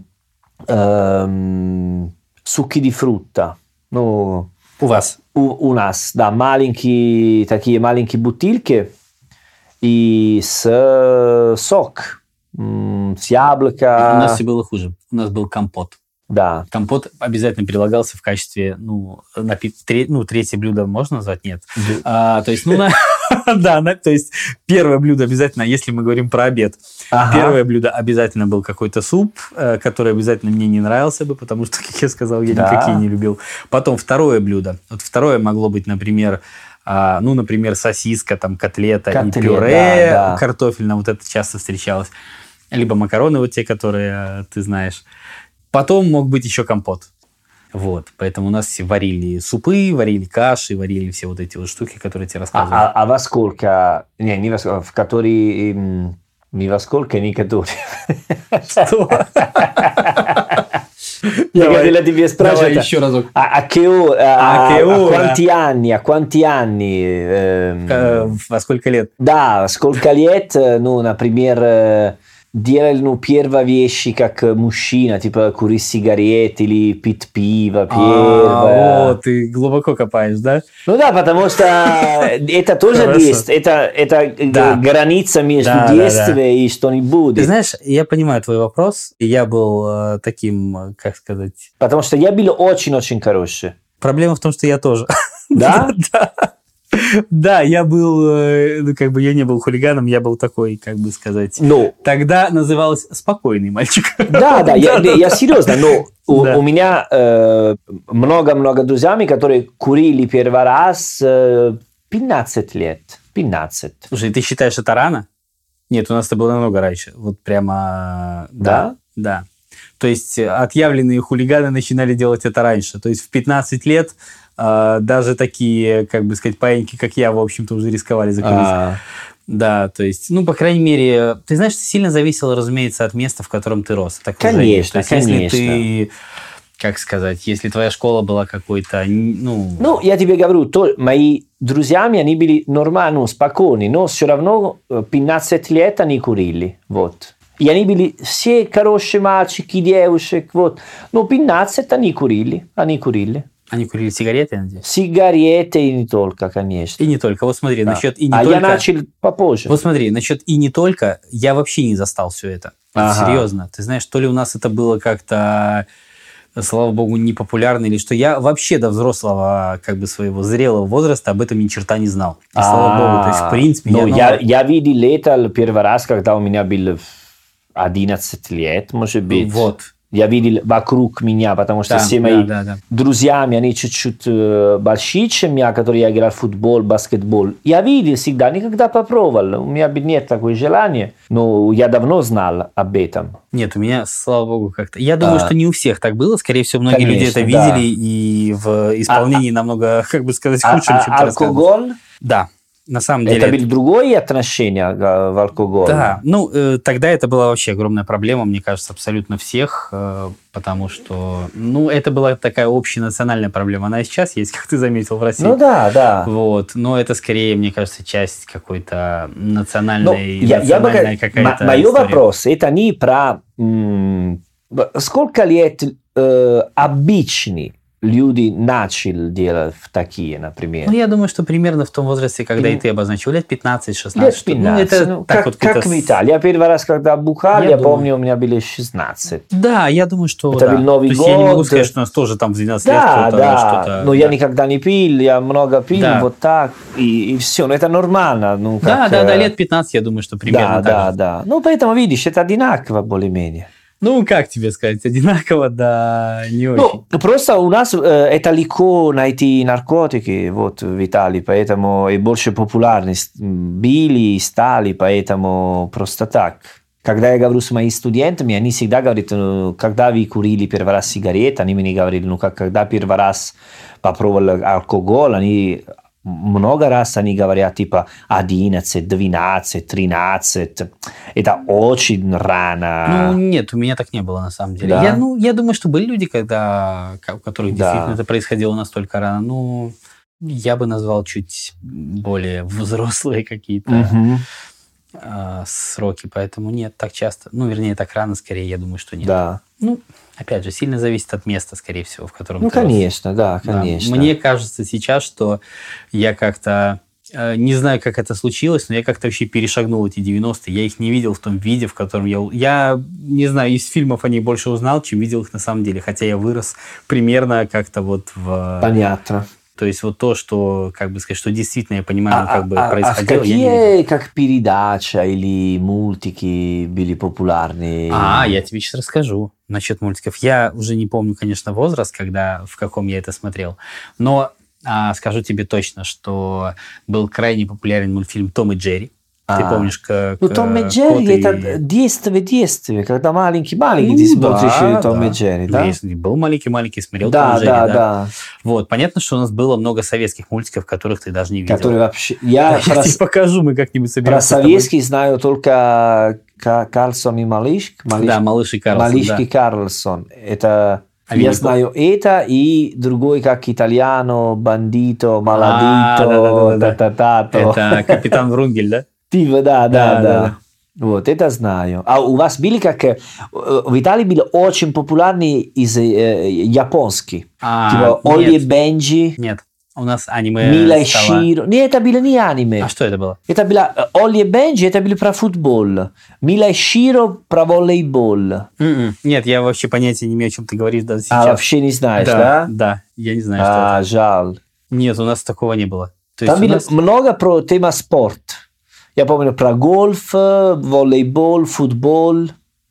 Суки ди фрутта. Ну, у вас? У, у нас, да, маленькие, такие маленькие бутылки и с сок, с яблока. У нас все было хуже. У нас был компот. Да. Компот обязательно прилагался в качестве, ну, напи- тре- ну третье блюдо можно назвать? Нет. А, то есть, ну, на... да, на... то есть первое блюдо обязательно, если мы говорим про обед, ага. Первое блюдо обязательно был какой-то суп, который обязательно мне не нравился бы, потому что, как я сказал, я да. никакие не любил. Потом второе блюдо. Вот второе могло быть, например, а, ну, например, сосиска, там, котлета Котлет, и пюре да, да. картофельное, вот это часто встречалось. Либо макароны вот те, которые ты знаешь. Потом мог быть еще компот. Вот. Поэтому у нас все варили супы, варили каши, варили все вот эти вот штуки, которые я тебе рассказывал. А, а, а во сколько? Не, не во сколько. В которые... Не во сколько, не которые. Что? Я хотела тебе спрашивать. Давай еще разок. А, а, che ora, а, а, a quanti anni? A quanti anni? Эм, во сколько лет? Да, сколько лет, ну, например... Делали, ну, первые вещи, как мужчина, типа курить сигареты или пить пиво первое. О, ты глубоко копаешь, да? Ну да, потому что это тоже детство, это, это да. граница между да, детством да, да. и что-нибудь. Ты знаешь, я понимаю твой вопрос, и я был э, таким, как сказать... Потому что я был очень-очень хороший. Проблема в том, что я тоже. Да? Да. Да, я был, ну, как бы, я не был хулиганом, я был такой, как бы сказать, ну, тогда называлось спокойный мальчик. Да, да, я, я серьезно, но у, да. у меня э, много-много друзей, которые курили первый раз э, пятнадцать лет, пятнадцать. Слушай, ты считаешь это рано? Нет, у нас это было намного раньше, вот прямо, да, да. То есть отъявленные хулиганы начинали делать это раньше, то есть в пятнадцать лет... Даже такие, как бы сказать, паиньки, как я, в общем-то, уже рисковали закурить. А-а-а. Да, то есть, ну, по крайней мере, ты знаешь, сильно зависело, разумеется, от места, в котором ты рос. Так конечно, есть, конечно. Если ты, как сказать, если твоя школа была какой-то, ну... Ну, я тебе говорю, то, мои друзья, они были нормально, ну, спокойны, но все равно пятнадцать лет они курили, вот. И они были все хорошие мальчики, девушек, вот. Но пятнадцать они курили, они курили. Они курили сигареты, я надеюсь? Сигареты и не только, конечно. И не только. Вот смотри, да. насчет и не а только... А я начал попозже. Вот смотри, насчет и не только, я вообще не застал все это. Ага. Серьезно. Ты знаешь, то ли у нас это было как-то, слава богу, непопулярно, или что. Я вообще до взрослого, как бы своего зрелого возраста об этом ни черта не знал. И слава богу, то есть, в принципе... Ну, я, я видел это первый раз, когда у меня было одиннадцать лет, может быть. Вот. Я видел вокруг меня, потому что да, все мои да, да, да. друзья, они чуть-чуть большие, чем я, которые играют в футбол, баскетбол. Я видел всегда, никогда попробовал. У меня нет такого желания, но я давно знал об этом. Нет, у меня, слава богу, как-то... Я думаю, а, что не у всех так было. Скорее всего, многие конечно, люди это видели, да. и в исполнении а, намного, как бы сказать, худшем, а, чем а, ты алкоголь? Да. На самом деле... Это были другое отношение в алкоголе? Да, ну, э, тогда это была вообще огромная проблема, мне кажется, абсолютно всех, э, потому что, ну, это была такая общенациональная проблема. Она и сейчас есть, как ты заметил, в России. Ну, да, да. Вот, но это скорее, мне кажется, часть какой-то национальной, ну, я, национальной я бы, какая-то Мой история. вопрос, это не про... М- сколько лет э, обычный люди начали делать такие, например. Ну, я думаю, что примерно в том возрасте, когда и, и ты обозначил, лет пятнадцать-шестнадцать. Лет пятнадцать. Ну, это ну, так как, вот как в Италии. Я первый раз, когда бухал, я, я помню, у меня были шестнадцать. Да, я думаю, что это да. был Новый То есть год. Я не могу сказать, что у нас тоже там в двенадцать да, лет кто-то да. что-то... Но да. я никогда не пил, я много пил, да. вот так, и, и все. Но это нормально. Ну, как, да, да, да, лет пятнадцать, я думаю, что примерно да, так да, же. Да. Ну, поэтому, видишь, это одинаково более-менее. Ну, как тебе сказать, одинаково, да, не очень. Ну, просто у нас э, это легко найти наркотики вот, в Италии, поэтому и больше популярны были, стали, поэтому просто так. Когда я говорю с моими студентами, они всегда говорят, ну, когда вы курили первый раз сигареты, они мне говорили, ну, как, когда первый раз попробовали алкоголь, они много раз они говорят типа одиннадцать, двенадцать, тринадцать. Это очень рано. Ну, нет, у меня так не было на самом деле. Да? Я, ну, я думаю, что были люди, когда, у которых Да. действительно это происходило настолько рано. Ну, я бы назвал чуть более взрослые какие-то Мгм. э, сроки, поэтому нет, так часто. Ну, вернее, так рано, скорее, я думаю, что нет. Да. Ну, опять же, сильно зависит от места, скорее всего, в котором Ну, ты рос. конечно, да, Да. конечно. Мне кажется сейчас, что я как-то, э, не знаю, как это случилось, но я как-то вообще перешагнул эти девяностые. Я их не видел в том виде, в котором я... у- Я, не знаю, из фильмов о них больше узнал, чем видел их на самом деле. Хотя я вырос примерно как-то вот в... Понятно. То есть вот то, что, как бы сказать, что действительно я понимаю, А, как бы а- а происходило, я не видел. какие как передача или мультики были популярны? А, я тебе сейчас расскажу насчет мультиков. Я уже не помню, конечно, возраст, когда, в каком я это смотрел, но а, скажу тебе точно, что был крайне популярен мультфильм «Том и Джерри». Ты А. помнишь, как Ну, Том и э, Джерри, кот это и- детство, детство, когда маленький-маленький, Ну, ты смотришь да, Том да. и Джерри, Ну, да? если был маленький-маленький, смотрел Да, «Том и Джерри», да, да. да. Вот, понятно, что у нас было много советских мультиков, которых ты даже не видел. Который вообще... Я Я про, тебе покажу, мы как-нибудь про соберемся с тобой. советский знаю только Ка- Карлсон и Малыш. Малыш Да, «Малыш и Карлсон», Малыш да. и Карлсон. Это... А я Винни-Пух? знаю это и другой как итальяно, бандито, А, маладито, да-да-да-да-да. та-та-та-то. Это «Капитан Врунгель», да? Типа, да, да, Да, да, да, да. Вот, это знаю. А у вас были как... э, В Италии были очень популярны из э, японские. А, Типа Олли и нет. Бенджи, Нет, у нас аниме Мила и стало- Широ. Нет, это были не аниме. А что это было? Это было э, Олли и Бенджи, это были про футбол. Мила и Широ про волейбол. М-м. Нет, я вообще понятия не имею, о чем ты говоришь даже А сейчас. вообще не знаешь, да, да? да, я не знаю, что А, это. жаль. Нет, у нас такого не было. То Там есть у было нас- много про тема спорт. Я помню про гольф, волейбол, футбол.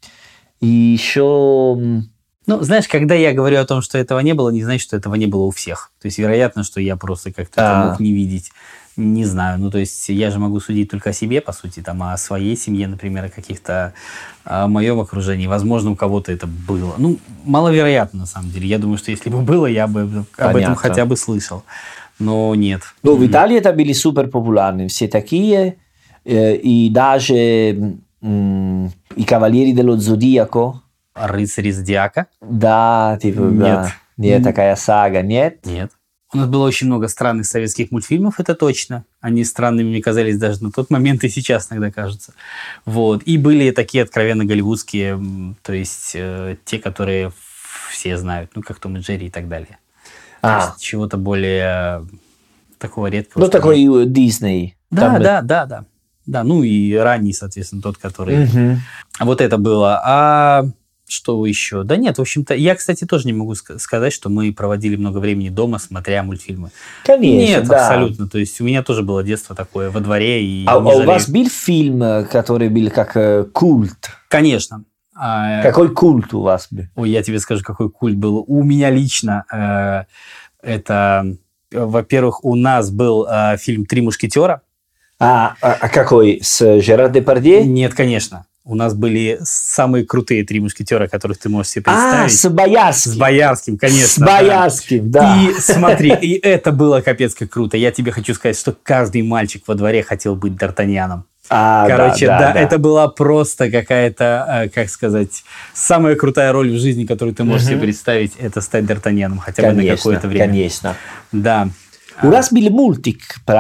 И еще... м, Ну, знаешь, когда я говорю о том, что этого не было, не значит, что этого не было у всех. То есть, вероятно, что я просто как-то это А. мог не видеть. Не знаю. Ну, то есть, я же могу судить только о себе, по сути, там, о своей семье, например, о каких-то, о моем окружении. Возможно, у кого-то это было. Ну, маловероятно, на самом деле. Я думаю, что если бы было, я бы об этом Понятно. хотя бы слышал. Но нет. Ну, в Италии это были супер популярны. Все такие. э, И даже м, и Кавалери dello Zodiaco. Рыцари Зодиака? Да, типа, да. Нет. Нет, такая сага, нет? Нет. У нас было очень много странных советских мультфильмов, это точно. Они странными мне казались даже на тот момент и сейчас иногда кажутся. Вот. И были такие откровенно голливудские, м, то есть э, те, которые все знают, ну, как Том и Джерри и так далее. То А. есть чего-то более э, такого редкого. Ну, что ли. такой и Дисней. Да, Там- да, да, да. Да, ну и ранний, соответственно, тот, который... Мгм. Вот это было. А что еще? Да нет, в общем-то, я, кстати, тоже не могу ска- сказать, что мы проводили много времени дома, смотря мультфильмы. Конечно, Нет, да. абсолютно. То есть у меня тоже было детство такое во дворе. И А, а не у жалею. вас был фильм, э, который был как э, культ? Конечно. А, Какой культ у вас был? Ой, я тебе скажу, какой культ был. У меня лично э, это... э, Во-первых, у нас был э, фильм «Три мушкетера». А, а, а какой? С Жерар Депардье? Нет, конечно. У нас были самые крутые «Три мушкетера», которых ты можешь себе А, представить. с Боярским. С Боярским, конечно. С да. Боярским, да. И смотри, и это было капец как круто. Я тебе хочу сказать, что каждый мальчик во дворе хотел быть Д'Артаньяном. А, Короче, да, это была просто какая-то, э, как сказать, самая крутая роль в жизни, которую ты можешь Мгм. себе представить, это стать Д'Артаньяном хотя бы на Конечно, какое-то время. конечно. Да. У нас был мультик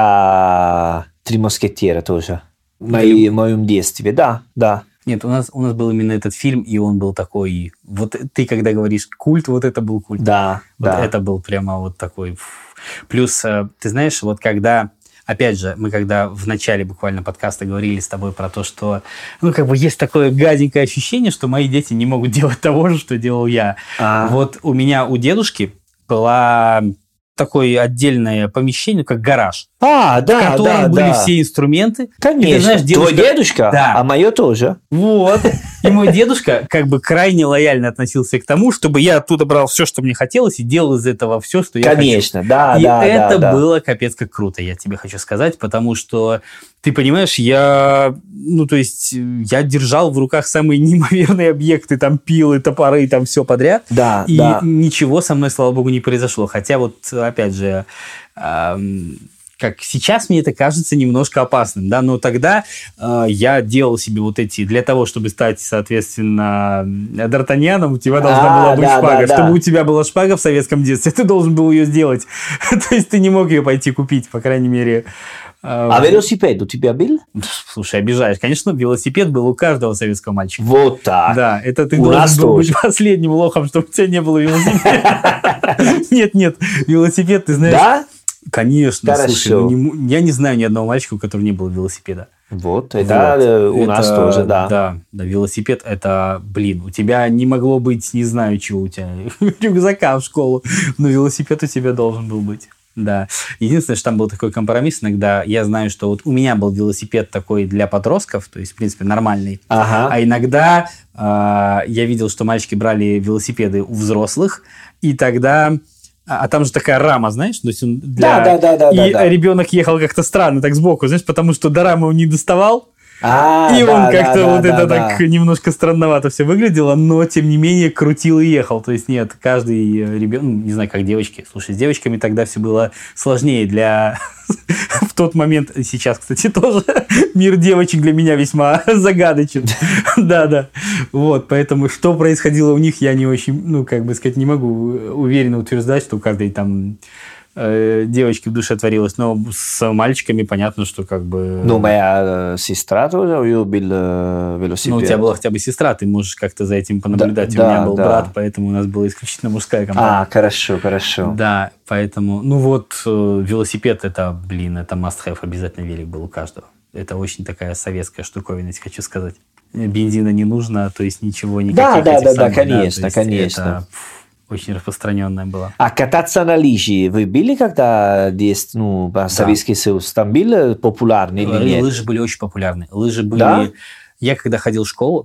про Три мушкетера тоже. В мои- в моем детстве, да, да. Нет, у нас, у нас был именно этот фильм, и он был такой... Вот ты, когда говоришь культ, вот это был культ. Да, Вот да. это был прямо вот такой... фу. Плюс, э, ты знаешь, вот когда... Опять же, мы когда в начале буквально подкаста говорили с тобой про то, что, ну, как бы есть такое гаденькое ощущение, что мои дети не могут делать того же, что делал я. А. Вот у меня, у дедушки была такое отдельное помещение, как гараж, А, в да, котором да, были да. все инструменты. Конечно. И ты знаешь, дедушка- Твой дедушка? Да. А мое тоже. Вот. И мой дедушка как бы крайне лояльно относился к тому, чтобы я оттуда брал все, что мне хотелось, и делал из этого все, что я хотел. Конечно, да, И да, это да, да. было капец как круто, я тебе хочу сказать, потому что, ты понимаешь, я, ну, то есть, я держал в руках самые неимоверные объекты, там, пилы, топоры, там, все подряд, Да, и да. ничего со мной, слава богу, не произошло. Хотя вот, опять же, эм, как сейчас мне это кажется немножко опасным, да, но тогда э, я делал себе вот эти, для того, чтобы стать, соответственно, Д'Артаньяном, у тебя должна А, была быть да, шпага. да, Чтобы да. у тебя была шпага в советском детстве, ты должен был ее сделать. То есть ты не мог ее пойти купить, по крайней мере. э, А велосипед у тебя был? Слушай, обижаешь. Конечно, велосипед был у каждого советского мальчика. Вот так. Да, это ты У нас должен был быть тоже. последним лохом, чтобы у тебя не было велосипеда. Нет, нет, велосипед, ты знаешь... Да? Конечно, Хорошо. слушай, ну, не м- я не знаю ни одного мальчика, у которого не было велосипеда. Вот, это Вот. э, у нас Это- тоже, да. Да, да, велосипед это, блин, у тебя не могло быть, не знаю, чего у тебя, рюкзака в школу, но велосипед у тебя должен был быть. Да. Единственное, что там был такой компромисс, иногда я знаю, что вот у меня был велосипед такой для подростков, то есть, в принципе, нормальный, Ага. а иногда э, я видел, что мальчики брали велосипеды у взрослых, и тогда... А там же такая рама, знаешь, то есть он для... Да, да, да, да, И да, да. ребенок ехал как-то странно, так сбоку, знаешь, потому что до рамы он не доставал, А, и да, он да, как-то да, вот да, это да. так немножко странновато все выглядело, но тем не менее крутил и ехал. То есть нет, каждый ребенок, ну, не знаю, как девочки. Слушай, с девочками тогда все было сложнее для... В тот момент, сейчас, кстати, тоже мир девочек для меня весьма загадочен. Да-да. Вот, поэтому что происходило у них, я не очень, ну, как бы сказать, не могу уверенно утверждать, что у каждой там э, девочки в душе творилось. Но с мальчиками понятно, что как бы... Ну, моя э, сестра тоже любил э, велосипед. Ну, у тебя была хотя бы сестра, ты можешь как-то за этим понаблюдать. Да, у меня да, был да. брат, поэтому у нас была исключительно мужская компания. А, хорошо, хорошо. Да, поэтому, ну вот, э, велосипед, это, блин, это must-have, обязательно велик был у каждого. Это очень такая советская штуковина, хочу сказать. Бензина не нужно, то есть ничего, никаких Да, да, этих да, да, самых, конечно, то есть конечно. это, пф, очень распространенная была. А кататься на лыжи вы были когда дес- ну, по Советский Союз? Там был популярный или Лы- нет? Лыжи были очень популярны. Лыжи были... Да? Я когда ходил в школу,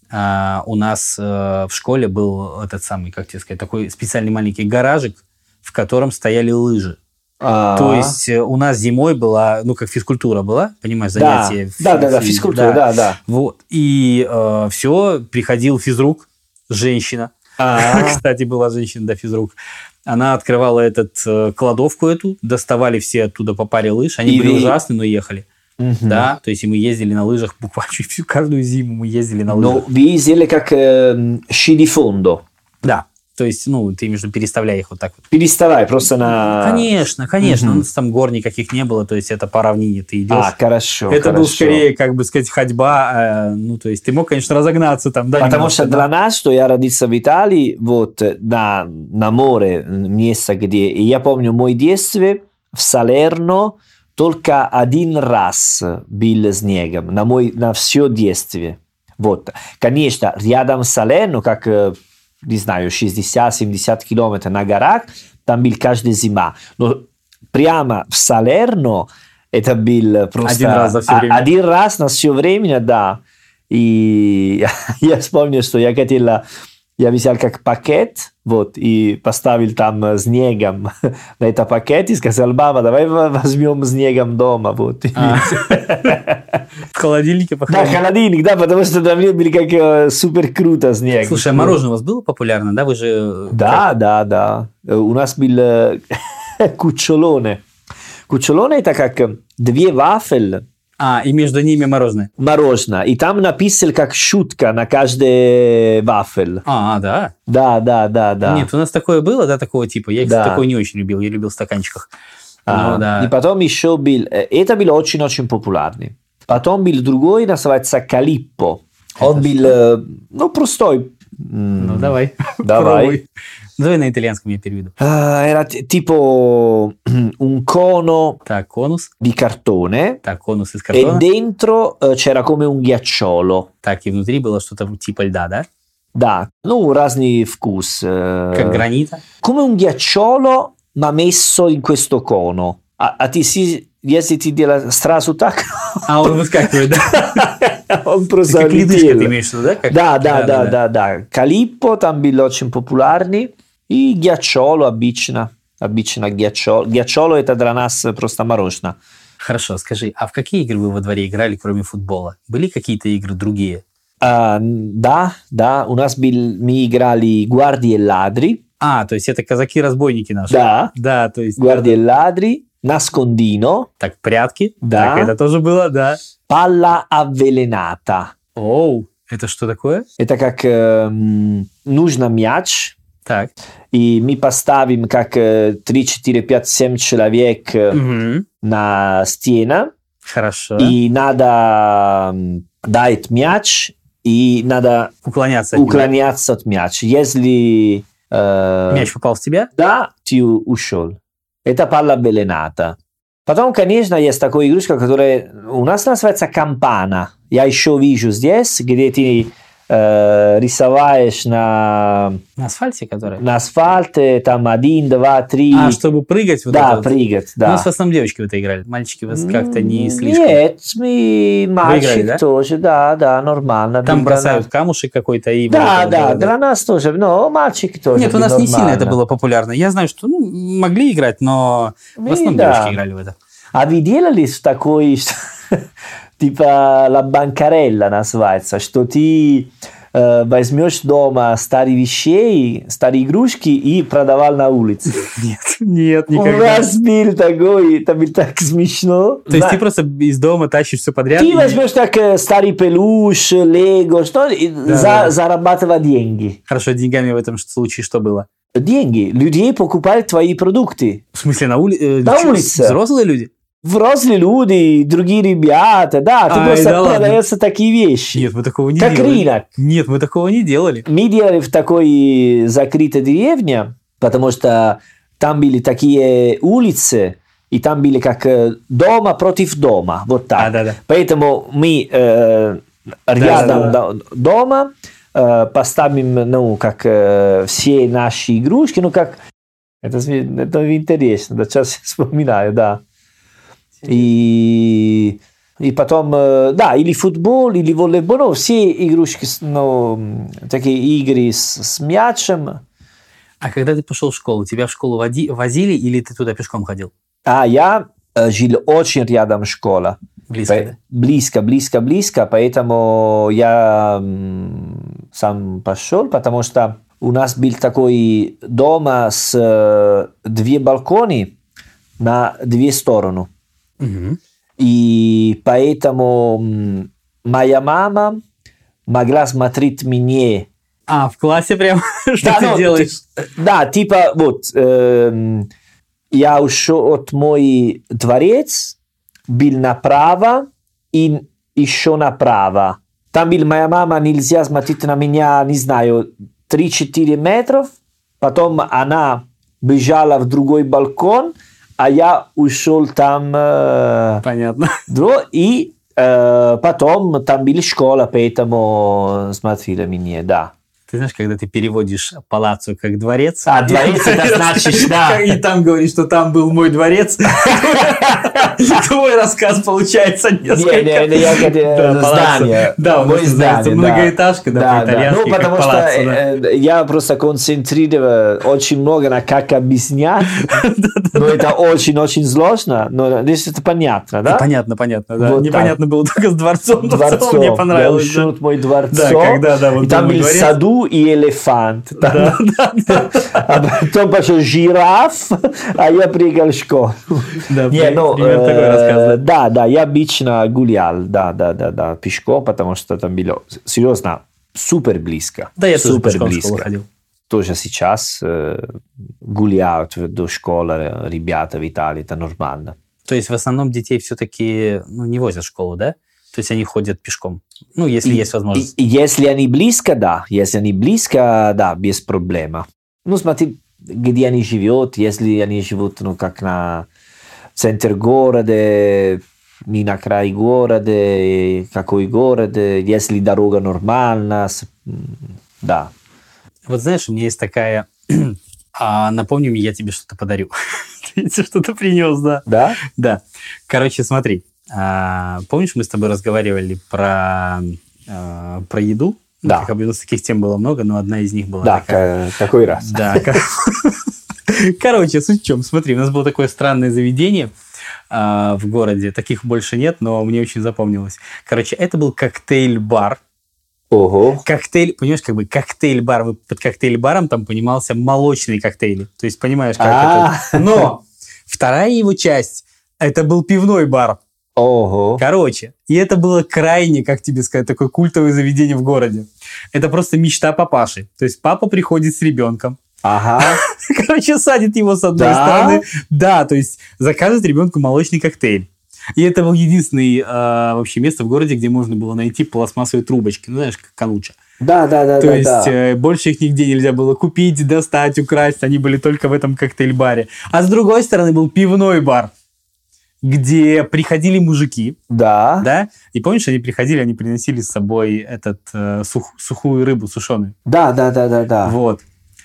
а, у нас а, в школе был этот самый, как тебе сказать, такой специальный маленький гаражик, в котором стояли лыжи. А, То есть э, у нас зимой была, ну, как физкультура была, понимаешь, да, занятие. фи- да, да, да, фи- физкультура, да, да. Вот. И все, приходил физрук, женщина. А. Кстати, была женщина, да, физрук. Она открывала этот э, кладовку эту, доставали все оттуда по паре лыж. Они И были вы- ужасные, но ехали. Мгм. Да, то есть и мы ездили на лыжах буквально всю каждую зиму мы ездили на Но лыжах. вы ездили как э, ши ди фондо. Да, то есть, ну, ты между переставляя их вот так вот. Переставай просто на... Конечно, конечно, Мгм. у нас там гор никаких не было, то есть это по равнине ты идешь. А, хорошо, Это был хорошо. скорее, как бы сказать, ходьба, э, ну, то есть ты мог, конечно, разогнаться там, да, Потому немножко, что да. для нас, что я родился в Италии, вот на, на море, место, где... И я помню, мой детство в Салерно только один раз был снегом, на, мой, на все детство. Вот. Конечно, рядом с Салерно, как, э, не знаю, шестьдесят-семьдесят километров на горах, там был каждая зима. Но прямо в Салерно это был просто... Один раз за всё а- время. Один раз на все время, да. И я вспомнил, что я хотел, я взял как пакет, вот, и поставил там снегом на этот пакет и сказал: мама, давай возьмем снегом дома, вот. А. В холодильнике Да, похоронили. холодильник, да, потому что там были как э, супер круто снег. Слушай, а мороженое у вас было популярно, да? Вы же... э, Да, да, да. Э, У нас был э, кучолоне. Кучолоне это как э, две вафель, А, и между ними мороженое. мороженое, и там написано как шутка на каждый вафель. А, да? Да, да, да, да. Нет, у нас такое было, да, такого типа. Я, кстати, Да. такое не очень любил. Я любил в стаканчиках. А, Ну, да. И потом еще был, э, это был очень-очень популярный. Потом был другой, называется Калиппо. Он Это был, э, ну, простой. Ну, давай. Давай. Пробуй. Давай на итальянском я переведу. Ah, era t- tipo un cono Так, конус. di cartone Так, конус из e картона. dentro eh, c'era come un ghiacciolo. Так, и внутри было что-то типа льда, да? Да, ну, разный вкус. eh, Как гранита. Come un ghiacciolo ma messo in questo cono. А, а ты си, если ты делаешь сразу так... А он выскакивает, да? Он просто как ледышка летел. ты имеешь в виду, да? Как... Да, да, да, да, да, да. Calippo там был очень популярный. И гhiacciolo обычно. Обычно гhiacciolo. Гhiacciolo это для нас просто мороженое. Хорошо, скажи, а в какие игры вы во дворе играли, кроме футбола? Были какие-то игры другие? А, да, да. У нас был, мы играли Guardi e Ladri. А, то есть это казаки-разбойники наши? Да. Да, то есть... Guardi e Ladri. Nascondino. Так, прятки. Да. Так, это тоже было, да. Palla avvelenata. Оу, это что такое? Это как э, нужно мяч, Так. и мы поставим как три, четыре, пять, семь человек э, Угу. на стену, Хорошо. и надо м, дать мяч, и надо Уклоняться от него. уклоняться от мяча. Если э, Мяч попал в тебя? да, ты ушел. Это palla avvelenata. Потом, конечно, есть такая игрушка, которая у нас называется кампана. Я еще вижу здесь, где ты э, рисоваешь на, На асфальте, который? на асфальте, там один, два, три. А, чтобы прыгать? Вот да, это вот? прыгать, У да. нас в основном девочки в это играли. Мальчики вас как-то не слишком. Нет, мы мальчик играли, да? тоже, да, да, нормально. Там Для бросают нас- камушек какой-то и... Да, вот это да, вот, для нас тоже, но мальчик тоже. Нет, у нас был не сильно это нормально. было популярно. Я знаю, что ну, могли играть, но в Мы, основном да. девочки играли в это. А вы делали такой, типа la bancarella называется, что ты э, возьмешь дома старые вещи, старые игрушки и продавал на улице? Нет, нет, У никогда. нас был такой, это было так смешно. То есть Да. ты просто из дома тащишь все подряд? Ты и- возьмешь так э, старый пелуш, лего, что, и Да, за- да. зарабатывать деньги. Хорошо, деньгами в этом случае что было? Деньги. Людей покупают твои продукты. В смысле, на, ули... э, На чё, улице. Взрослые люди? Взрослые люди, другие ребята, да, ты Ай, просто да ладно. продается такие вещи. Нет, мы такого не Как делали. рынок. Нет, мы такого не делали. Мы делали в такой закрытой деревне, потому что там были такие улицы, и там были как э, дома против дома, вот так. А, да-да. Поэтому мы э, рядом до- дома э, поставим, ну, как э, все наши игрушки, ну, как... Это, сме- это интересно, да, сейчас вспоминаю, да. И... И потом, э, да, или футбол, или волейбол, ну, все игрушки, с- ну, такие игры с, с мячем. А когда ты пошел в школу, тебя в школу води... возили или ты туда пешком ходил? А я э, жил очень рядом школа. Близко, По- да? Близко, близко, близко, поэтому я м, сам пошел, потому что у нас был такой дом с э, две балконы на две стороны. Мгм. И поэтому м, моя мама могла смотреть мне. А, в классе прям? Что Да, ты ну, делаешь? ты- да, типа вот эм, я ушел от мой дворец, был направо и еще направо. Там был моя мама, нельзя смотреть на меня, не знаю, три-четыре метров. Потом она бежала в другой балкон, а я ушел там э, Понятно. дро- и э, потом там была школа, поэтому смотрели меня, да. Ты знаешь, когда ты переводишь палаццо как дворец... А, дворец, это значит, да. И там говоришь, что там был мой дворец. Твой рассказ получается несколько... Не, не, я как, э, Да, палаццо. здание. Да, у Мой нас называется здание, да. многоэтажка, да, Да, по-итальянски, Ну, как потому что палаццо, да. э, я просто концентрировал очень много на как объяснять, но это очень-очень сложно, но здесь это понятно, да? Понятно, понятно, да. Вот Непонятно было только с дворцом, но в целом Дворцом. мне Я понравилось. ушел да. от мой дворцом, Да, когда, да, вот и там был мой был дворец. саду и элефант. Там- Да, да, да. А потом пошел жираф, а я прыгал в школу. Да, Не, ну, примерно такой э, рассказ, да. Да, да, я обычно гулял, да, да, да, да, пешком, потому что там было, серьезно, супер близко. Да, я тоже супер пешком в школу близко. ходил. Тоже сейчас э, гуляют до школы ребята в Италии, это нормально. То есть в основном детей все-таки ну, не возят в школу, да? То есть они ходят пешком. Ну, если И- есть возможность. и- Если они близко, да, если они близко, да, без проблем. Ну, смотри, где они живут, если они живут, ну, как на центр города, не на край города, какой город, если дорога нормальная, с- м, да. Вот знаешь, у меня есть такая А напомни мне, я тебе что-то подарю. Ты тебе что-то принес, да. Да? Да. Короче, смотри. А, помнишь, мы с тобой разговаривали про, а, про еду? Да. Как обычно, таких тем было много, но одна из них была Да, такая. к- какой раз? Да. Короче, суть в чем? Смотри, у нас было такое странное заведение а, в городе. Таких больше нет, но мне очень запомнилось. Короче, это был коктейль-бар. Ого. Коктейль, понимаешь, как бы коктейль-бар. Под коктейль-баром там понимался молочные коктейли. То есть, понимаешь, как А. это... Но вторая его часть, это был пивной бар. Ого. Короче, и это было крайне, как тебе сказать, такое культовое заведение в городе. Это просто мечта папаши. То есть папа приходит с ребенком. Ага. Короче, садит его с одной Да? стороны. Да, то есть заказывает ребенку молочный коктейль. И это был единственное э, вообще место в городе, где можно было найти пластмассовые трубочки. Ну, знаешь, как кануча. Да, да, да, То да, есть да. э, больше их нигде нельзя было купить, достать, украсть. Они были только в этом коктейль-баре. А с другой стороны был пивной бар, где приходили мужики, Да. да, и помнишь, они приходили, они приносили с собой этот э, сух- сухую рыбу сушеную. Да, да, да, да, да. Вот.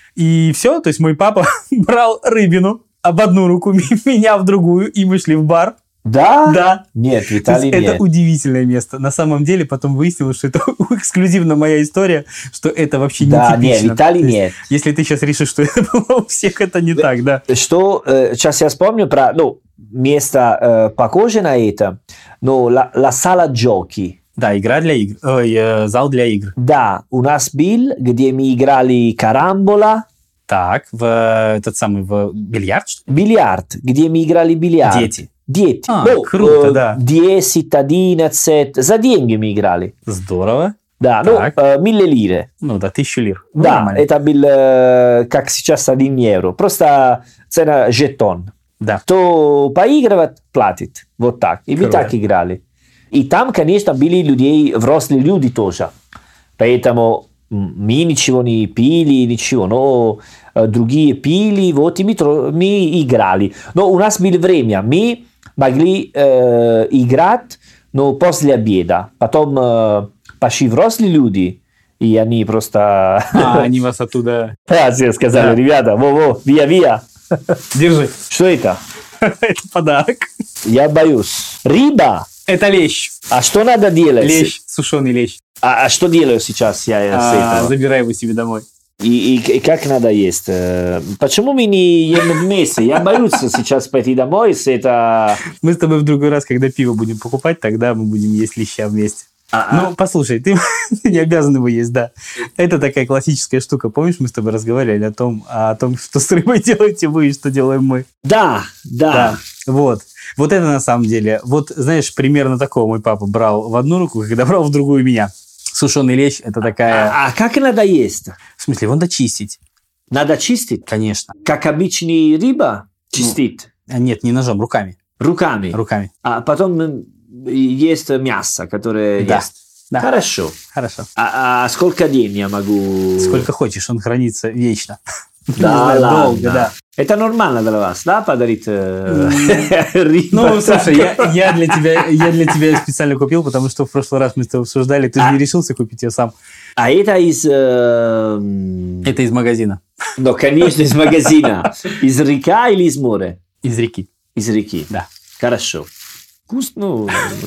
И все, то есть мой папа брал рыбину об одну руку, меня в другую, и мы шли в бар. Да? Да. Нет, в То есть Италии это нет. удивительное место. На самом деле потом выяснилось, что это эксклюзивно моя история, что это вообще Да, нетипично. нет, в Италии То есть, нет. если ты сейчас решишь, что это было у всех, это не так, да. Что, э, сейчас я вспомню про, ну, место э, похоже на это, но la, la sala giochi. Да, игра для игр. Ой, э, зал для игр. Да, у нас был, где мы играли карамбола, Так, в э, этот самый, в бильярд, что ли? бильярд, где мы играли бильярд. Дети. Дети. А, Ну, круто, э, да. десять, одиннадцать, за деньги мы играли. Здорово. Да, ну, Так. э, милле лиры. Ну да, тысячу лир. Ну, Да, нормально. это был, э, как сейчас, один евро. Просто цена жетон. Да. Кто поигрывает, платит. Вот так. И мы Круто. так играли. И там, конечно, были людей, взрослые люди тоже. Поэтому м, мы ничего не пили, ничего. Но э, другие пили, вот и мы, тро- мы играли. Но у нас было время. Мы могли э, играть, но после обеда. Потом э, пошли взрослые люди, и они просто... А, они вас оттуда... Да, все сказали, Да. ребята, во-во, вия-вия. Держи. Что это? Это подарок. Я боюсь. Рыба? Это лещ. А что надо делать? Лещ, сушеный лещ. А, а что делаю сейчас я с А, этого? забирай его себе домой. И, и- и как надо есть? Э, Почему мы не едем вместе? Я боюсь сейчас пойти домой, если это... Мы с тобой в другой раз, когда пиво будем покупать, тогда мы будем есть леща вместе. А, Ну, послушай, ты, ты не обязан его есть, да. Это такая классическая штука. Помнишь, мы с тобой разговаривали о том, о том, что с рыбой делаете вы и что делаем мы? Да, да. Да. Вот. Вот это на самом деле. Вот, знаешь, примерно такого мой папа брал в одну руку, когда брал в другую меня. Сушеный лещ – это такая... А, а как надо есть? В смысле, его надо чистить. Надо чистить? Конечно. Как обычный рыба чистить? А нет, не ножом, руками. Руками? Руками. А потом м, есть мясо, которое Да. есть? Да. Хорошо. Хорошо. А, а сколько дней я могу... Сколько хочешь, он хранится вечно. Не Да, знаю, ладно. долго, да. Это нормально для вас, да, подарить э, рыбу? Ну, слушай, я, я, для тебя, я для тебя специально купил, потому что в прошлый раз мы с тобой обсуждали, ты же А. не решился купить ее сам. А это из... э, м, Это из магазина, Ну, конечно, из магазина. Из река или из моря? из реки. Из реки. Да. Хорошо. Вкусно. Ну,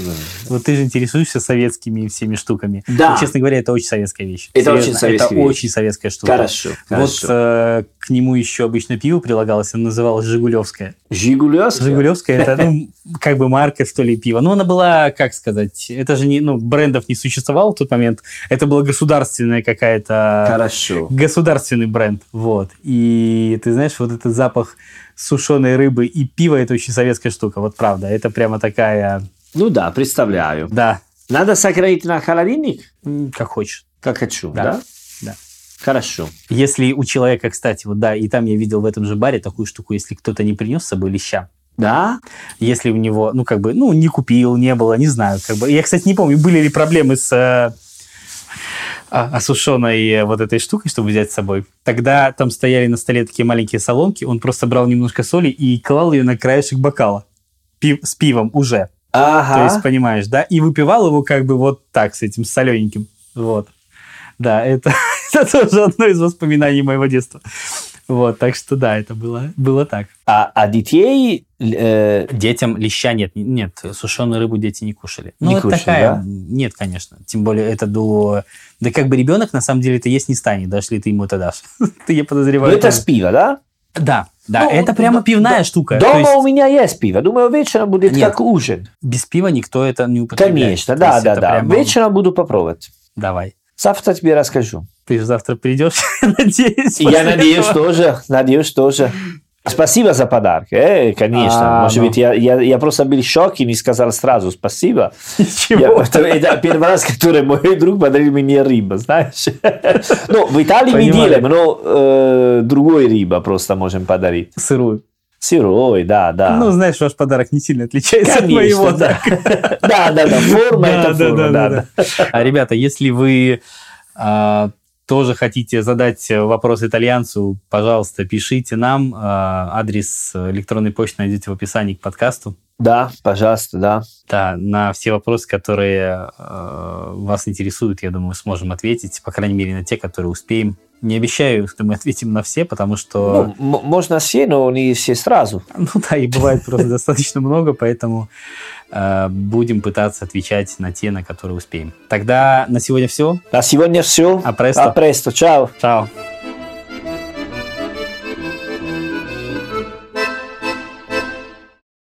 Вот ты же интересуешься советскими всеми штуками. Да. Ну, честно говоря, это очень советская вещь. Это Серьезно, очень советская Это вещь. очень советская штука. Хорошо, Вот хорошо. э, к нему еще обычно пиво прилагалось, оно называлось «Жигулевское». Жигулевская? «Жигулевское» – это, ну, как бы марка, что ли, пива. Но она была, как сказать, это же не, ну, брендов не существовало в тот момент. Это была государственная какая-то... Хорошо. Государственный бренд, вот. И ты знаешь, вот этот запах сушеной рыбы и пива – это очень советская штука, вот правда. Это прямо такая, Ну да, представляю. да, Надо сохранить на холодильник? м, как хочешь. Как хочу, Да. да? Да. Хорошо. Если у человека, кстати, вот да, и там я видел в этом же баре такую штуку, если кто-то не принес с собой леща, Да? если у него, ну, как бы, ну, не купил, не было, не знаю, как бы. Я, кстати, не помню, были ли проблемы с э, а- осушенной э, вот этой штукой, чтобы взять с собой. Тогда там стояли на столе такие маленькие солонки, он просто брал немножко соли и клал ее на краешек бокала пив- с пивом уже. Ага. То есть, понимаешь, да? И выпивал его как бы вот так, с этим солененьким. Вот. Да, это, это тоже одно из воспоминаний моего детства. Вот, так что да, это было, было так. А, а детей... Э... Детям леща нет. Нет, сушеную рыбу дети не кушали. Не ну, кушали, такая... да? Нет, конечно. Тем более это до... Да как бы ребенок, на самом деле, это есть не станет, даже если ты ему это дашь. Ты, я подозреваю... Ну, это с пива, да? Да, да, ну, это прямо д- пивная д- штука. Дома есть... у меня есть пиво. Думаю, вечером будет Нет. как ужин. Без пива никто это не употребляет. Конечно, То да, есть да, это да. прямо- Вечером буду попробовать. Давай. Завтра тебе расскажу. Ты же завтра придешь, надеюсь. И я после надеюсь этого. тоже, надеюсь тоже. Спасибо за подарок, э, конечно. А, Может ну. быть, я, я, я просто был в шоке и не сказал сразу спасибо. Чего? Я, это, это первый раз, который мой друг подарил мне рыбу, знаешь. Ну, в Италии мы Понимаю. делаем, но э, другой рыба просто можем подарить. Сырую. Сырой, да, да. Ну, знаешь, ваш подарок не сильно отличается от моего. Конечно, да. Да, да, да, форма это форма, да, да. А, ребята, если вы а, тоже хотите задать вопрос итальянцу, пожалуйста, пишите нам. А, адрес электронной почты найдете в описании к подкасту. Да, пожалуйста, да. Да, на все вопросы, которые э, вас интересуют, я думаю, сможем ответить. По крайней мере, на те, которые успеем. Не обещаю, что мы ответим на все, потому что... Ну, м- можно все, но не все сразу. Ну да, и бывает просто достаточно много, поэтому э, будем пытаться отвечать на те, на которые успеем. Тогда на сегодня все. На сегодня все. А престо. А престо. Чао. Чао.